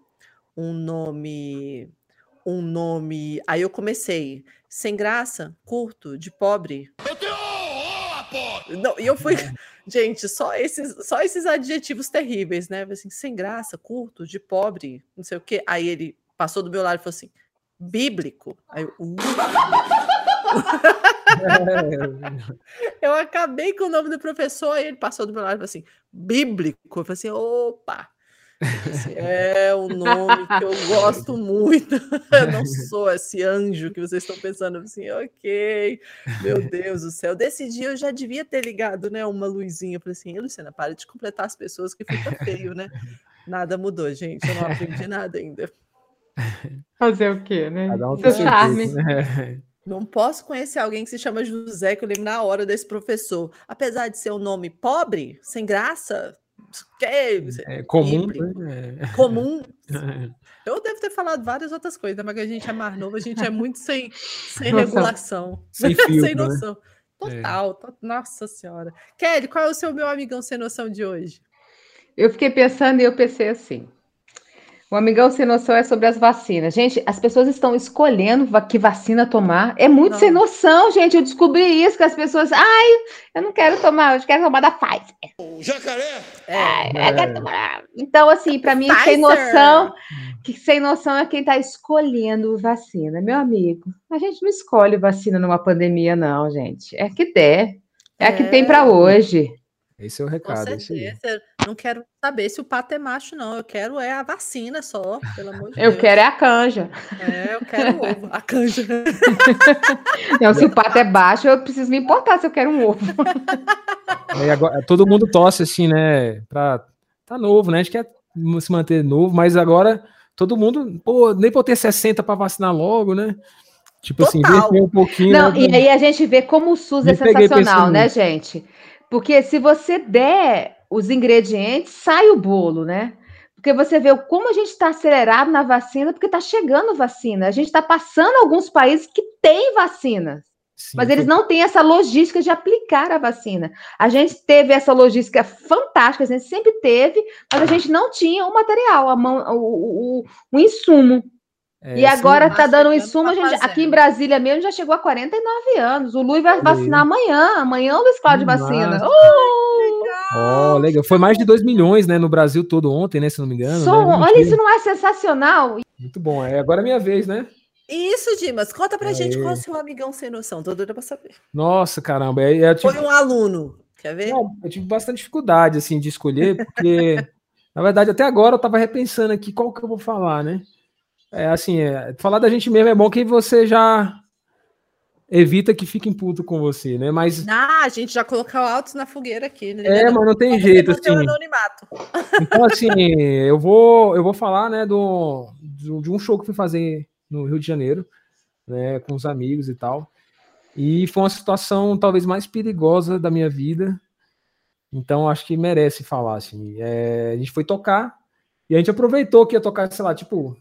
A: Aí eu comecei, sem graça, curto, de pobre. Não, e eu fui... Gente, só esses adjetivos terríveis, né? Assim, sem graça, curto, de pobre, não sei o quê. Aí ele passou do meu lado e falou assim, bíblico. Aí eu... Eu acabei com o nome do professor e ele passou do meu lado e falou assim, bíblico. Eu falei assim, opa! É um nome que eu gosto muito. Eu não sou esse anjo que vocês estão pensando assim, ok, meu Deus do céu. Desse dia eu já devia ter ligado, né, uma luzinha. Eu falei assim, Luciana, para de completar as pessoas que fica feio, né? Nada mudou, gente. Eu não aprendi nada ainda.
C: Fazer o quê, né? Seu charme.
A: Não posso conhecer alguém que se chama José, que eu lembro na hora desse professor. Apesar de ser um nome pobre, sem graça...
B: comum,
A: comum. Eu devo ter falado várias outras coisas, mas que a gente é mais novo, a gente é muito sem regulação,
B: sem filtro,
A: sem noção. Né? Total. Nossa senhora. Kelly, qual é o seu meu amigão sem noção de hoje?
C: Eu fiquei pensando e eu pensei assim. O amigão sem noção é sobre as vacinas. Gente, as pessoas estão escolhendo que vacina tomar. É muito sem noção, gente. Eu descobri isso, que as pessoas... eu não quero tomar, eu quero tomar da Pfizer.
F: O jacaré?
C: Eu quero tomar. Então, assim, para mim, sem noção é quem está escolhendo vacina. Meu amigo, a gente não escolhe vacina numa pandemia, não, gente. É que der. É a que tem para hoje.
B: Esse é o recado.
A: Com certeza. Não quero saber se o pato é macho, não. Eu quero a vacina só, pelo amor de
C: Deus. Eu quero a canja.
A: Eu quero o ovo. A canja.
C: Não, se o pato é baixo, eu preciso me importar se eu quero um ovo.
B: Agora, todo mundo torce assim, né? Tá novo, né? A gente quer se manter novo, mas agora todo mundo, nem pra eu ter 60 para vacinar logo, né? Tipo assim,
A: Total.
B: inverter um pouquinho.
C: Não,
B: né?
C: e aí a gente vê como o SUS é
B: Me peguei
C: sensacional,
B: pensando
C: né,
B: nisso.
C: gente? Porque se você der os ingredientes, sai o bolo, né? Porque você vê como a gente está acelerado na vacina, porque está chegando vacina. A gente está passando alguns países que têm vacina, mas
B: Sim,
C: eles
B: foi.
C: não têm essa logística de aplicar a vacina. A gente teve essa logística fantástica, a gente sempre teve, mas a gente não tinha o material, o insumo. E agora
A: Tá
C: está dando um
A: chegando,
C: insumo,
A: tá
C: a gente, aqui em
A: fazendo.
C: Brasília mesmo já chegou a 49 anos. O Luiz vai
B: Olha aí.
C: vacinar amanhã. Amanhã o Luiz Cláudio vacina.
B: Massa. Ó, legal. Foi mais de 2 milhões, né, no Brasil todo ontem, né, se não me engano, né?
C: Olha, isso não é sensacional?
B: Muito bom. Agora é minha vez, né?
A: Isso, Dimas, conta pra gente qual é o
B: Aê.
A: seu amigão sem noção. Tô doida pra saber.
B: Nossa, caramba.
A: Foi um aluno, quer ver?
B: Não, eu tive bastante dificuldade, assim, de escolher, porque, na verdade, até agora eu tava repensando aqui qual que eu vou falar, né? Falar da gente mesmo é bom que você já evita que fiquem puto com você, né? Mas,
A: A gente já colocou altos na fogueira aqui, né?
B: mas não tem
A: Só
B: jeito,
A: você mantém o
B: assim.
A: anonimato.
B: Então, assim, eu vou falar, né, de um show que eu fui fazer no Rio de Janeiro, né, com os amigos e tal. E foi uma situação talvez mais perigosa da minha vida. Então, acho que merece falar, assim. A gente foi tocar e a gente aproveitou que ia tocar, sei lá, tipo,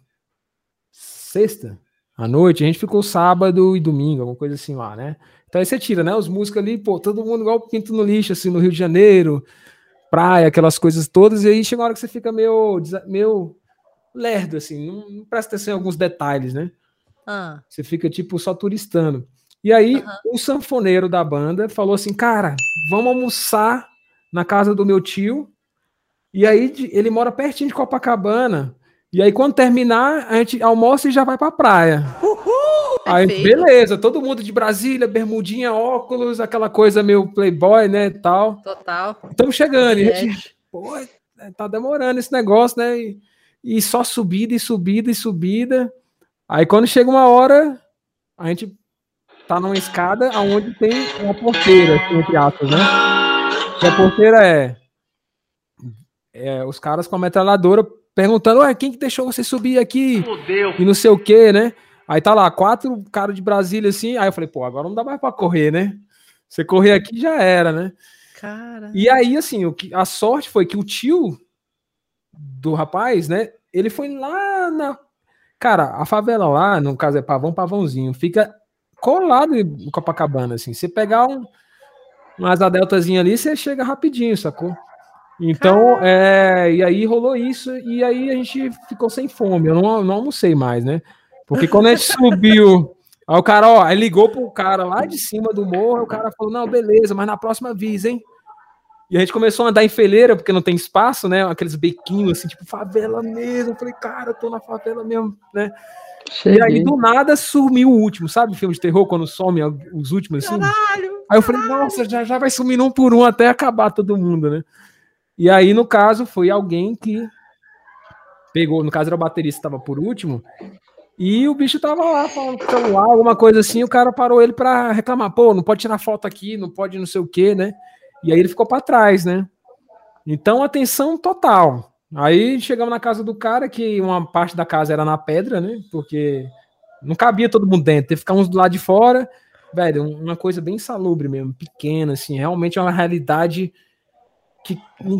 B: sexta à noite. A gente ficou sábado e domingo, alguma coisa assim lá, né? Então aí você tira, né? Os músicos ali, pô, todo mundo igual pinto no lixo, assim, no Rio de Janeiro, praia, aquelas coisas todas. E aí chega uma hora que você fica meio lerdo, assim, não presta atenção em alguns detalhes, né? Você fica, tipo, só turistando. E aí, o sanfoneiro da banda falou assim, cara, vamos almoçar na casa do meu tio. E aí, ele mora pertinho de Copacabana. E aí, quando terminar, a gente almoça e já vai pra praia. Aí, beleza, todo mundo de Brasília, bermudinha, óculos, aquela coisa meio playboy, né, tal.
A: Total.
B: Estamos chegando. E a gente, pô, tá demorando esse negócio, né? E só subida e subida e subida. Aí, quando chega uma hora, a gente tá numa escada onde tem uma porteira, assim, entre aspas, né? E a porteira os caras com a metralhadora perguntando, ué, quem que deixou você subir aqui? Fudeu. E não sei o que, né? Aí tá lá, 4 caras de Brasília, assim. Aí eu falei, pô, agora não dá mais pra correr, né? Você correr aqui já era, né?
A: Cara.
B: E aí, assim, a sorte foi que o tio do rapaz, né? Ele foi lá na... Cara, a favela lá, no caso é Pavãozinho, fica colado em Copacabana, assim. Você pegar uma asa deltazinha ali, você chega rapidinho, sacou? Então, e aí rolou isso, e aí a gente ficou sem fome. Eu não almocei mais, né? Porque quando a gente subiu, aí o cara, aí ligou pro cara lá de cima do morro, o cara falou, não, beleza, mas na próxima avisa, hein? E a gente começou a andar em fileira, porque não tem espaço, né? Aqueles bequinhos, assim, tipo favela mesmo. Eu falei, cara, eu tô na favela mesmo, né? Cheguei. E aí, do nada, sumiu o último, sabe? Filme de terror, quando some os últimos, assim.
A: Caralho!
B: Aí eu falei, nossa, já vai sumindo um por um até acabar todo mundo, né? E aí, no caso, foi alguém que pegou, no caso era o baterista que estava por último, e o bicho tava lá falando com o celular, alguma coisa assim, o cara parou ele para reclamar, pô, não pode tirar foto aqui, não pode não sei o quê, né? E aí ele ficou para trás, né? Então, atenção total. Aí chegamos na casa do cara, que uma parte da casa era na pedra, né? Porque não cabia todo mundo dentro, teve que ficar uns do lado de fora, velho, uma coisa bem insalubre mesmo, pequena, assim, realmente é uma realidade que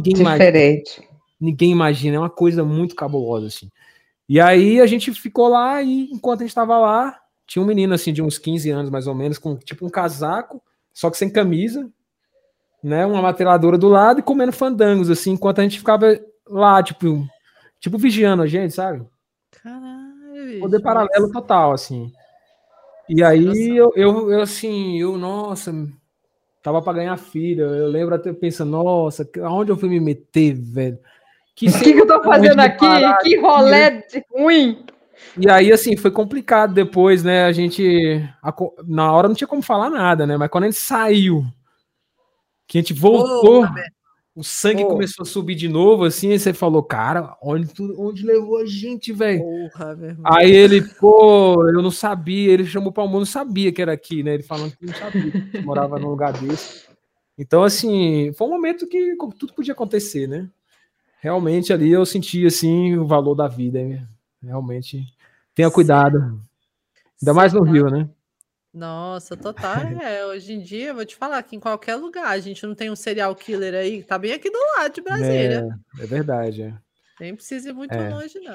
B: ninguém imagina, é uma coisa muito cabulosa, assim. E aí a gente ficou lá e enquanto a gente tava lá, tinha um menino, assim, de uns 15 anos, mais ou menos, com tipo um casaco, só que sem camisa, né, uma metralhadora do lado e comendo fandangos, assim, enquanto a gente ficava lá, tipo vigiando a gente, sabe?
A: Caralho.
B: Poder paralelo total, assim. E aí eu nossa, tava pra ganhar filha, eu lembro até pensando, nossa, aonde eu fui me meter, velho?
C: O que eu tô fazendo aqui? Que rolê ruim!
B: E aí, assim, foi complicado depois, né? A gente, na hora não tinha como falar nada, né? Mas quando a gente saiu, que a gente voltou, o sangue começou a subir de novo, assim, e você falou, cara, onde levou a gente, velho? Aí ele, pô, eu não sabia, ele chamou pra almoço, não sabia que era aqui, né? Ele falando que não sabia que morava num lugar desse. Então, assim, foi um momento que tudo podia acontecer, né? Realmente ali eu senti, assim, o valor da vida, hein? Realmente, tenha cuidado. Ainda mais no Rio, né?
A: Nossa, total. Hoje em dia, eu vou te falar que em qualquer lugar, a gente não tem um serial killer aí, tá bem aqui do lado de Brasília.
B: É verdade.
A: Nem precisa ir muito longe, não.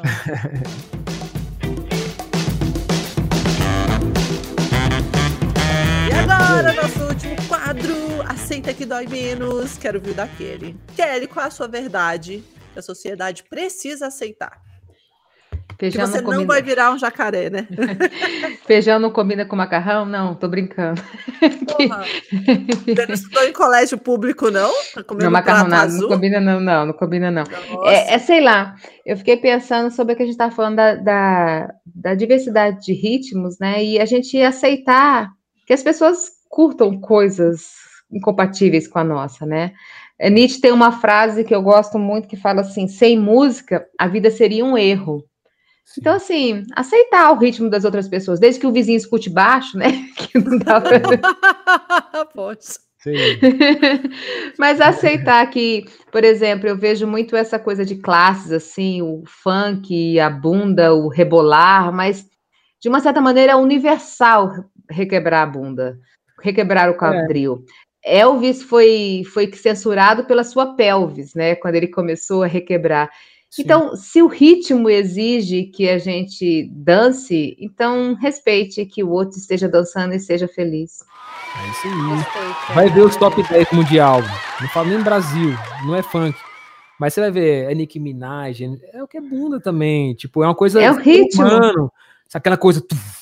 A: E agora, nosso último quadro, Aceita que dói menos. Quero ouvir da Kelly. Kelly, qual é a sua verdade que a sociedade precisa aceitar?
C: Feijão
A: que você não vai virar um jacaré, né?
C: Feijão não combina com macarrão? Não, tô brincando.
A: Porra. Você não estudou em colégio público, não?
C: Não, macarrão nada, não combina não combina não. Sei lá, eu fiquei pensando sobre o que a gente tá falando da diversidade de ritmos, né? E a gente aceitar que as pessoas curtam coisas incompatíveis com a nossa, né? Nietzsche tem uma frase que eu gosto muito que fala assim: sem música, a vida seria um erro. Sim. Então, assim, aceitar o ritmo das outras pessoas, desde que o vizinho escute baixo, né? Que não dá pra...
A: Poxa.
C: Mas aceitar que, por exemplo, eu vejo muito essa coisa de classes, assim, o funk, a bunda, o rebolar, mas de uma certa maneira é universal requebrar a bunda, requebrar o quadril. Elvis foi censurado pela sua pelvis, né? Quando ele começou a requebrar. Sim. Então, se o ritmo exige que a gente dance, então respeite que o outro esteja dançando e seja feliz.
B: É isso aí. Vai ver os top 10 mundial. Não falo nem Brasil, não é funk. Mas você vai ver, é Nicki Minaj, é o que é bunda também. Tipo, é uma coisa...
C: É o ritmo.
B: Humano, aquela coisa...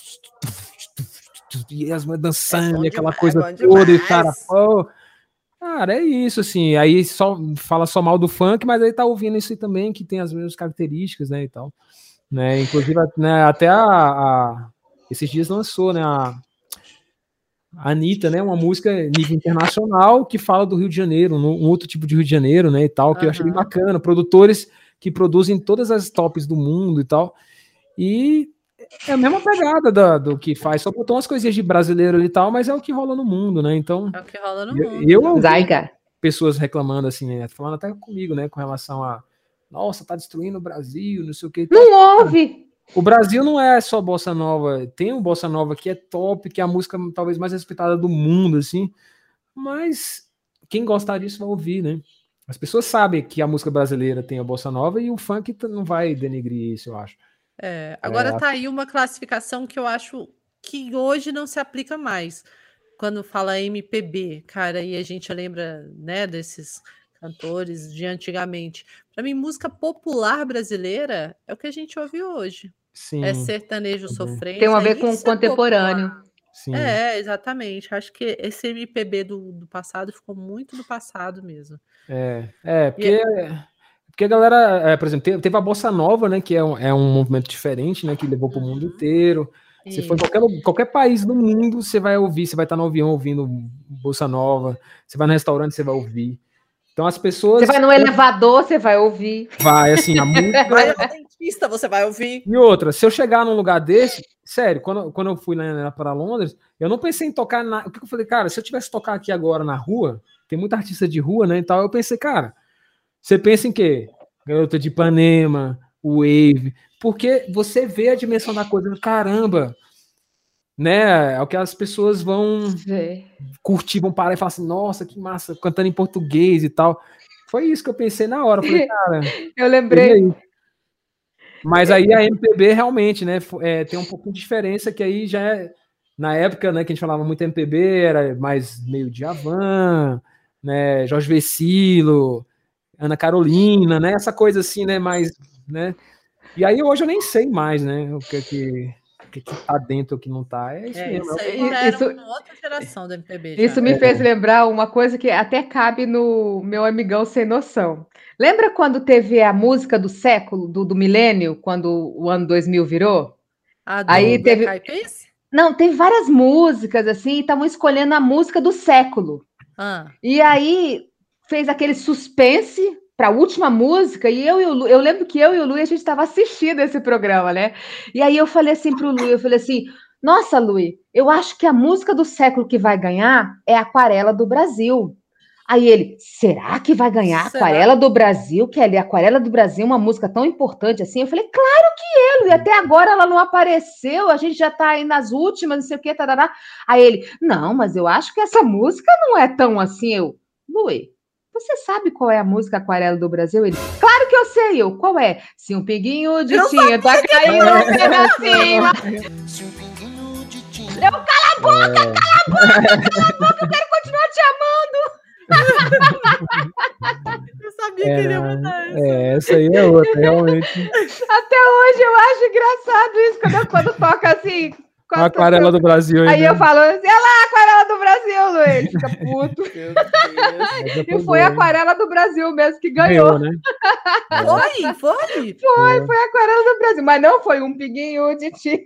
B: E as mulheres dançando, aquela coisa toda, e o cara... Pô, cara, é isso, assim, aí só fala só mal do funk, mas aí tá ouvindo isso aí também, que tem as mesmas características, né, e tal, né, inclusive, né, até esses dias lançou, né, a Anitta, né, uma música nível internacional que fala do Rio de Janeiro, um outro tipo de Rio de Janeiro, né, e tal, que eu achei bem bacana, produtores que produzem todas as tops do mundo e tal, e é a mesma pegada do que faz, só botou umas coisinhas de brasileiro e tal, mas é o que rola no mundo, né? Então.
A: É o que rola no mundo.
B: Eu ouvi pessoas reclamando assim, né? Falando até comigo, né? Com relação a. Nossa, tá destruindo o Brasil, não sei o que.
C: Não ouve!
B: O Brasil não é só bossa nova. Tem um bossa nova que é top, que é a música talvez mais respeitada do mundo, assim. Mas quem gostar disso vai ouvir, né? As pessoas sabem que a música brasileira tem a bossa nova e o funk não vai denegrir isso, eu acho.
A: Agora tá aí uma classificação que eu acho que hoje não se aplica mais. Quando fala MPB, cara, e a gente lembra, né, desses cantores de antigamente. Para mim, música popular brasileira é o que a gente ouve hoje.
B: Sim,
A: é sertanejo sofrência.
C: Tem a ver com o contemporâneo.
B: Sim.
A: Exatamente. Acho que esse MPB do passado ficou muito do passado mesmo.
B: Porque a galera, por exemplo, teve a Bossa Nova, né, que é um movimento diferente, né, que levou para o mundo inteiro. Se for em qualquer país do mundo, você vai ouvir, você vai estar no avião ouvindo Bossa Nova, você vai no restaurante, você vai ouvir. Então as pessoas...
C: Você vai no elevador, você vai ouvir.
B: Vai, assim, a música...
A: Vai ao dentista, você vai ouvir.
B: E outra, se eu chegar num lugar desse, sério, quando eu fui para Londres, eu não pensei em tocar o que eu falei, cara, se eu tivesse tocar aqui agora na rua, tem muita artista de rua, né, e tal, eu pensei, cara, você pensa em quê? Garota de Ipanema, Wave, porque você vê a dimensão da coisa, caramba, né? É o que as pessoas vão curtir, vão parar e falar assim, nossa, que massa, cantando em português e tal. Foi isso que eu pensei na hora. Eu falei, cara,
C: eu lembrei.
B: Mas aí a MPB realmente, né, tem um pouco de diferença, que aí já é, na época, né, que a gente falava muito MPB, era mais meio Djavan, né, Jorge Vecilo, Ana Carolina, né? Essa coisa assim, né? Mais, né? E aí hoje eu nem sei mais, né? O que tá dentro, o que não tá. É isso mesmo.
A: Isso aí era uma outra geração do MPB.
C: Isso me fez lembrar uma coisa que até cabe no meu amigão sem noção. Lembra quando teve a música do século, do milênio, quando o ano 2000 virou?
A: Aí teve...
C: Não, tem várias músicas assim, e estavam escolhendo a música do século. E aí fez aquele suspense para a última música, e eu lembro que eu e o Lui, a gente estava assistindo esse programa, né? E aí eu falei assim para o Lui, eu falei assim, nossa, Lui, eu acho que a música do século que vai ganhar é Aquarela do Brasil. Aí ele, será que vai ganhar
A: Será?
C: Aquarela do Brasil? Kelly, Aquarela do Brasil é uma música tão importante assim? Eu falei, claro que ele, e até agora ela não apareceu, a gente já tá aí nas últimas, não sei o que, tarará. Aí ele, não, mas eu acho que essa música não é tão assim. Eu, Luê, você sabe qual é a música Aquarela do Brasil? Ele, claro que eu sei. Eu, qual é? Se um pinguinho de tinta caiu um pedacinho.
F: Se um pinguinho de tinta.
C: Eu, cala a boca, eu quero continuar te amando.
A: Eu sabia que ele ia mandar essa.
B: Essa aí é outra, realmente.
C: Até hoje eu acho engraçado isso, quando toca assim.
B: A Aquarela do Brasil.
C: Aí eu falo assim, olha lá, Aquarela do Brasil, Lu. Ele fica puto.
A: Meu Deus.
C: E foi a Aquarela do Brasil mesmo que ganhou.
B: né?
A: Foi?
C: Foi a Aquarela do Brasil, mas não foi um pinguinho de tinta.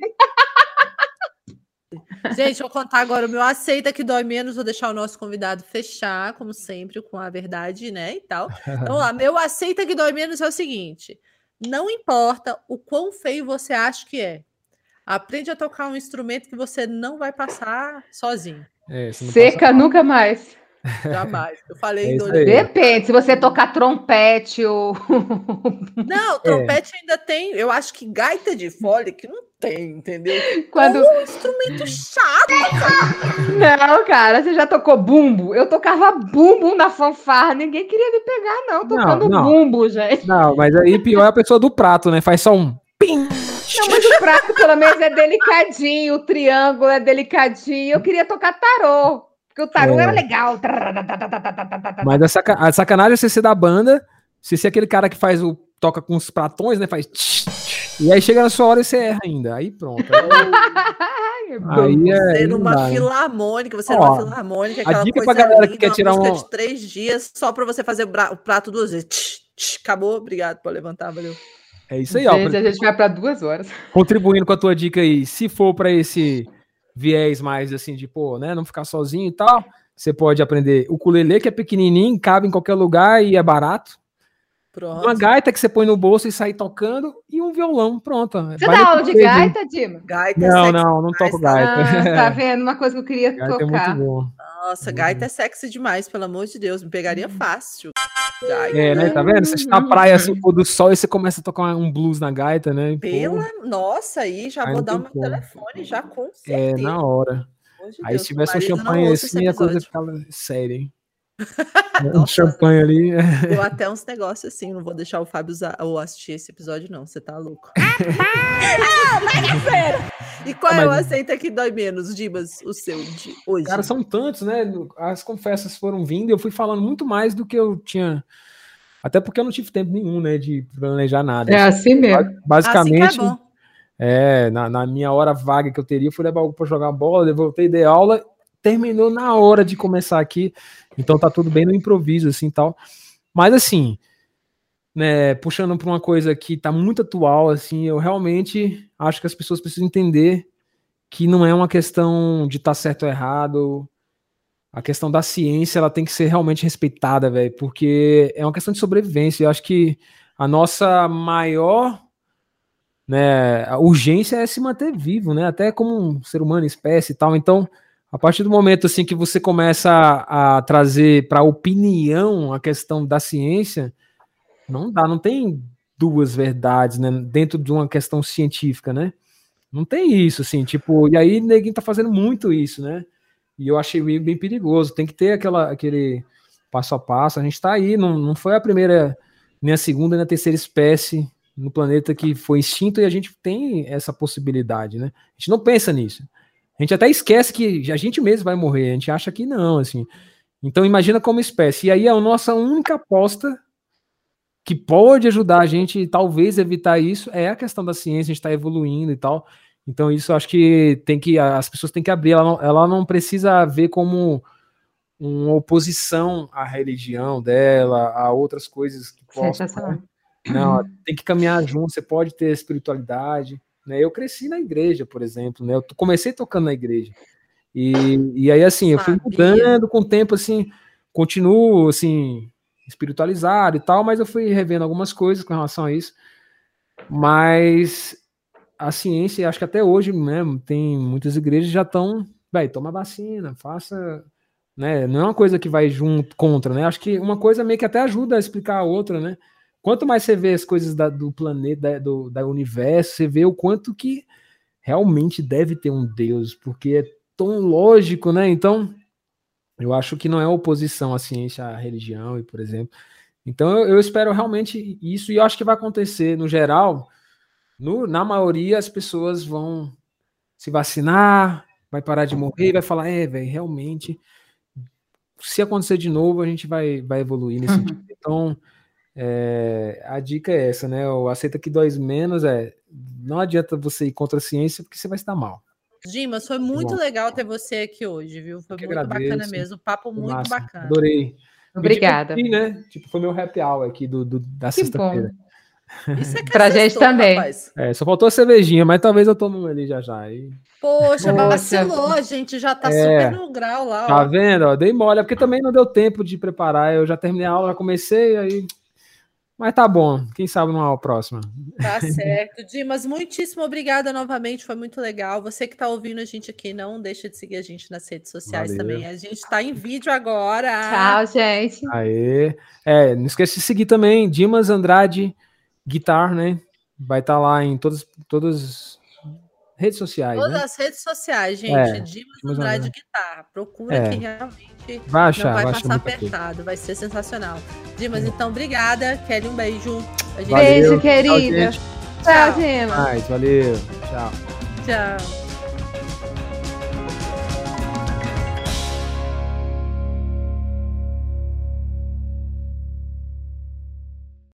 A: Gente, vou contar agora o meu aceita que dói menos. Vou deixar o nosso convidado fechar, como sempre, com a verdade, né? E tal. Então, vamos lá. Meu aceita que dói menos é o seguinte: não importa o quão feio você acha que é. Aprende a tocar um instrumento que você não vai passar sozinho.
C: Seca nunca mais.
A: Jamais. Eu falei
B: isso
A: do
B: aí.
C: Depende, se você tocar trompete ou.
A: Não, trompete ainda tem. Eu acho que gaita de fole que não tem, entendeu?
C: Quando...
A: Um instrumento chato.
C: Não, cara, você já tocou bumbo? Eu tocava bumbo na fanfarra. Ninguém queria me pegar, não, tocando bumbo, gente.
B: Não, mas aí pior é a pessoa do prato, né? Faz só um pim.
C: Não, mas o prato pelo menos é delicadinho, o triângulo é delicadinho. Eu queria tocar tarô, porque o tarô era legal.
B: Mas a sacanagem é você ser da banda, você ser aquele cara que toca com os pratões, né? Faz e aí chega na sua hora e você erra ainda. Aí pronto. Aí
A: você numa filarmônica, aquela
B: a dica
A: coisa
B: pra galera
A: linda,
B: que quer tirar
A: música de 3 dias só pra você fazer o prato 2 vezes. Acabou, obrigado por levantar, valeu.
B: É isso aí,
C: gente, a gente vai para 2 horas.
B: Contribuindo com a tua dica aí, se for para esse viés mais assim de, né, não ficar sozinho e tal, você pode aprender o ukulele, que é pequenininho, cabe em qualquer lugar e é barato.
A: Pronto.
B: Uma gaita que você põe no bolso e sai tocando e um violão, pronto.
C: Você dá aula de gaita, Dima?
A: Gaita
B: não toco gaita.
C: Tá vendo? Uma coisa que eu queria
B: gaita
C: tocar.
B: É muito bom.
A: Nossa, gaita é sexy demais, pelo amor de Deus, me pegaria fácil.
B: Gaita, né? Tá vendo? Você está na praia assim, pôr do sol e você começa a tocar um blues na gaita, né?
A: Nossa, aí já vou dar o meu telefone, já com certeza.
B: Na hora. Aí se tivesse um champanhe assim, a coisa ficava séria, hein? Um champanhe ali.
A: Deu até uns negócios assim, não vou deixar o Fábio ou assistir esse episódio, não. Você tá louco. E qual é o aceita que dói menos, Dimas, o seu de hoje?
B: Cara, são tantos, né? As confessas foram vindo e eu fui falando muito mais do que eu tinha. Até porque eu não tive tempo nenhum, né, de planejar nada.
C: É assim mesmo.
B: Basicamente,
A: assim
B: na minha hora vaga que eu teria, eu fui levar para jogar bola, eu voltei, dei aula, terminou na hora de começar aqui. Então tá tudo bem no improviso, assim, tal. Mas, assim, né, puxando para uma coisa que tá muito atual, assim, eu realmente acho que as pessoas precisam entender que não é uma questão de estar certo ou errado. A questão da ciência, ela tem que ser realmente respeitada, velho, porque é uma questão de sobrevivência. Eu acho que a nossa maior, né, urgência é se manter vivo, né, até como um ser humano, espécie e tal. Então, a partir do momento assim que você começa a trazer para a opinião a questão da ciência, não tem duas verdades, né, dentro de uma questão científica, né? Não tem isso, assim, tipo, e aí ninguém tá fazendo muito isso, né? E eu achei bem perigoso. Tem que ter aquele passo a passo. A gente tá aí, não foi a primeira, nem a segunda, nem a terceira espécie no planeta que foi extinto e a gente tem essa possibilidade, né? A gente não pensa nisso. A gente até esquece que a gente mesmo vai morrer, a gente acha que não, assim. Então imagina como espécie. E aí a nossa única aposta que pode ajudar a gente, talvez, evitar isso, é a questão da ciência, a gente está evoluindo e tal. Então isso eu acho que as pessoas têm que abrir, ela não precisa ver como uma oposição à religião dela, a outras coisas que possam. Não, tem que caminhar junto, você pode ter espiritualidade. Né? Eu cresci na igreja, por exemplo, né? Eu comecei tocando na igreja. E aí, assim, eu fui mudando com o tempo, assim, continuo, assim, espiritualizado e tal, mas eu fui revendo algumas coisas com relação a isso. Mas a ciência, acho que até hoje mesmo, tem muitas igrejas que já estão, toma vacina, faça né? Não é uma coisa que vai junto contra, né? Acho que uma coisa meio que até ajuda a explicar a outra, né? Quanto mais você vê as coisas do planeta, da universo, você vê o quanto que realmente deve ter um Deus, porque é tão lógico, né? Então, eu acho que não é oposição à ciência, à religião, e por exemplo. Então, eu espero realmente isso, e eu acho que vai acontecer, no geral, na maioria, as pessoas vão se vacinar, vai parar de morrer, vai falar, velho, realmente, se acontecer de novo, a gente vai evoluir nesse sentido. Então, a dica é essa, né? O aceita que dói menos não adianta você ir contra a ciência, porque você vai estar mal.
A: Dimas, foi muito legal ter você aqui hoje, viu? Foi muito bacana mesmo, papo muito bacana.
B: Adorei.
C: Obrigada.
B: Né? Tipo, foi meu happy hour aqui da sexta-feira.
A: Isso é que
C: pra gente também.
A: Rapaz.
B: Só faltou a cervejinha, mas talvez eu tome uma ali já. Aí.
A: Poxa, vacilou, a gente já tá super no grau lá.
B: Tá vendo? Ó, dei mole, porque também não deu tempo de preparar. Eu já terminei a aula, já comecei, aí... Mas tá bom, quem sabe numa aula próxima.
A: Tá certo. Dimas, muitíssimo obrigada novamente, foi muito legal. Você que tá ouvindo a gente aqui, não deixa de seguir a gente nas redes sociais também. A gente tá em vídeo agora.
C: Tchau, gente.
B: Aê. Não esquece de seguir também, Dimas Andrade Guitar, né? Vai estar lá em todas as redes sociais.
A: Todas
B: né?
A: as redes sociais, gente. Dimas Andrade Guitar. Procura que realmente
B: vai achar,
A: não vai passar apertado. Vai ser sensacional. Dimas, então, obrigada. Kelly, um beijo.
C: Beijo, querida. Tchau, Dimas.
B: Valeu. Tchau.
A: Tchau.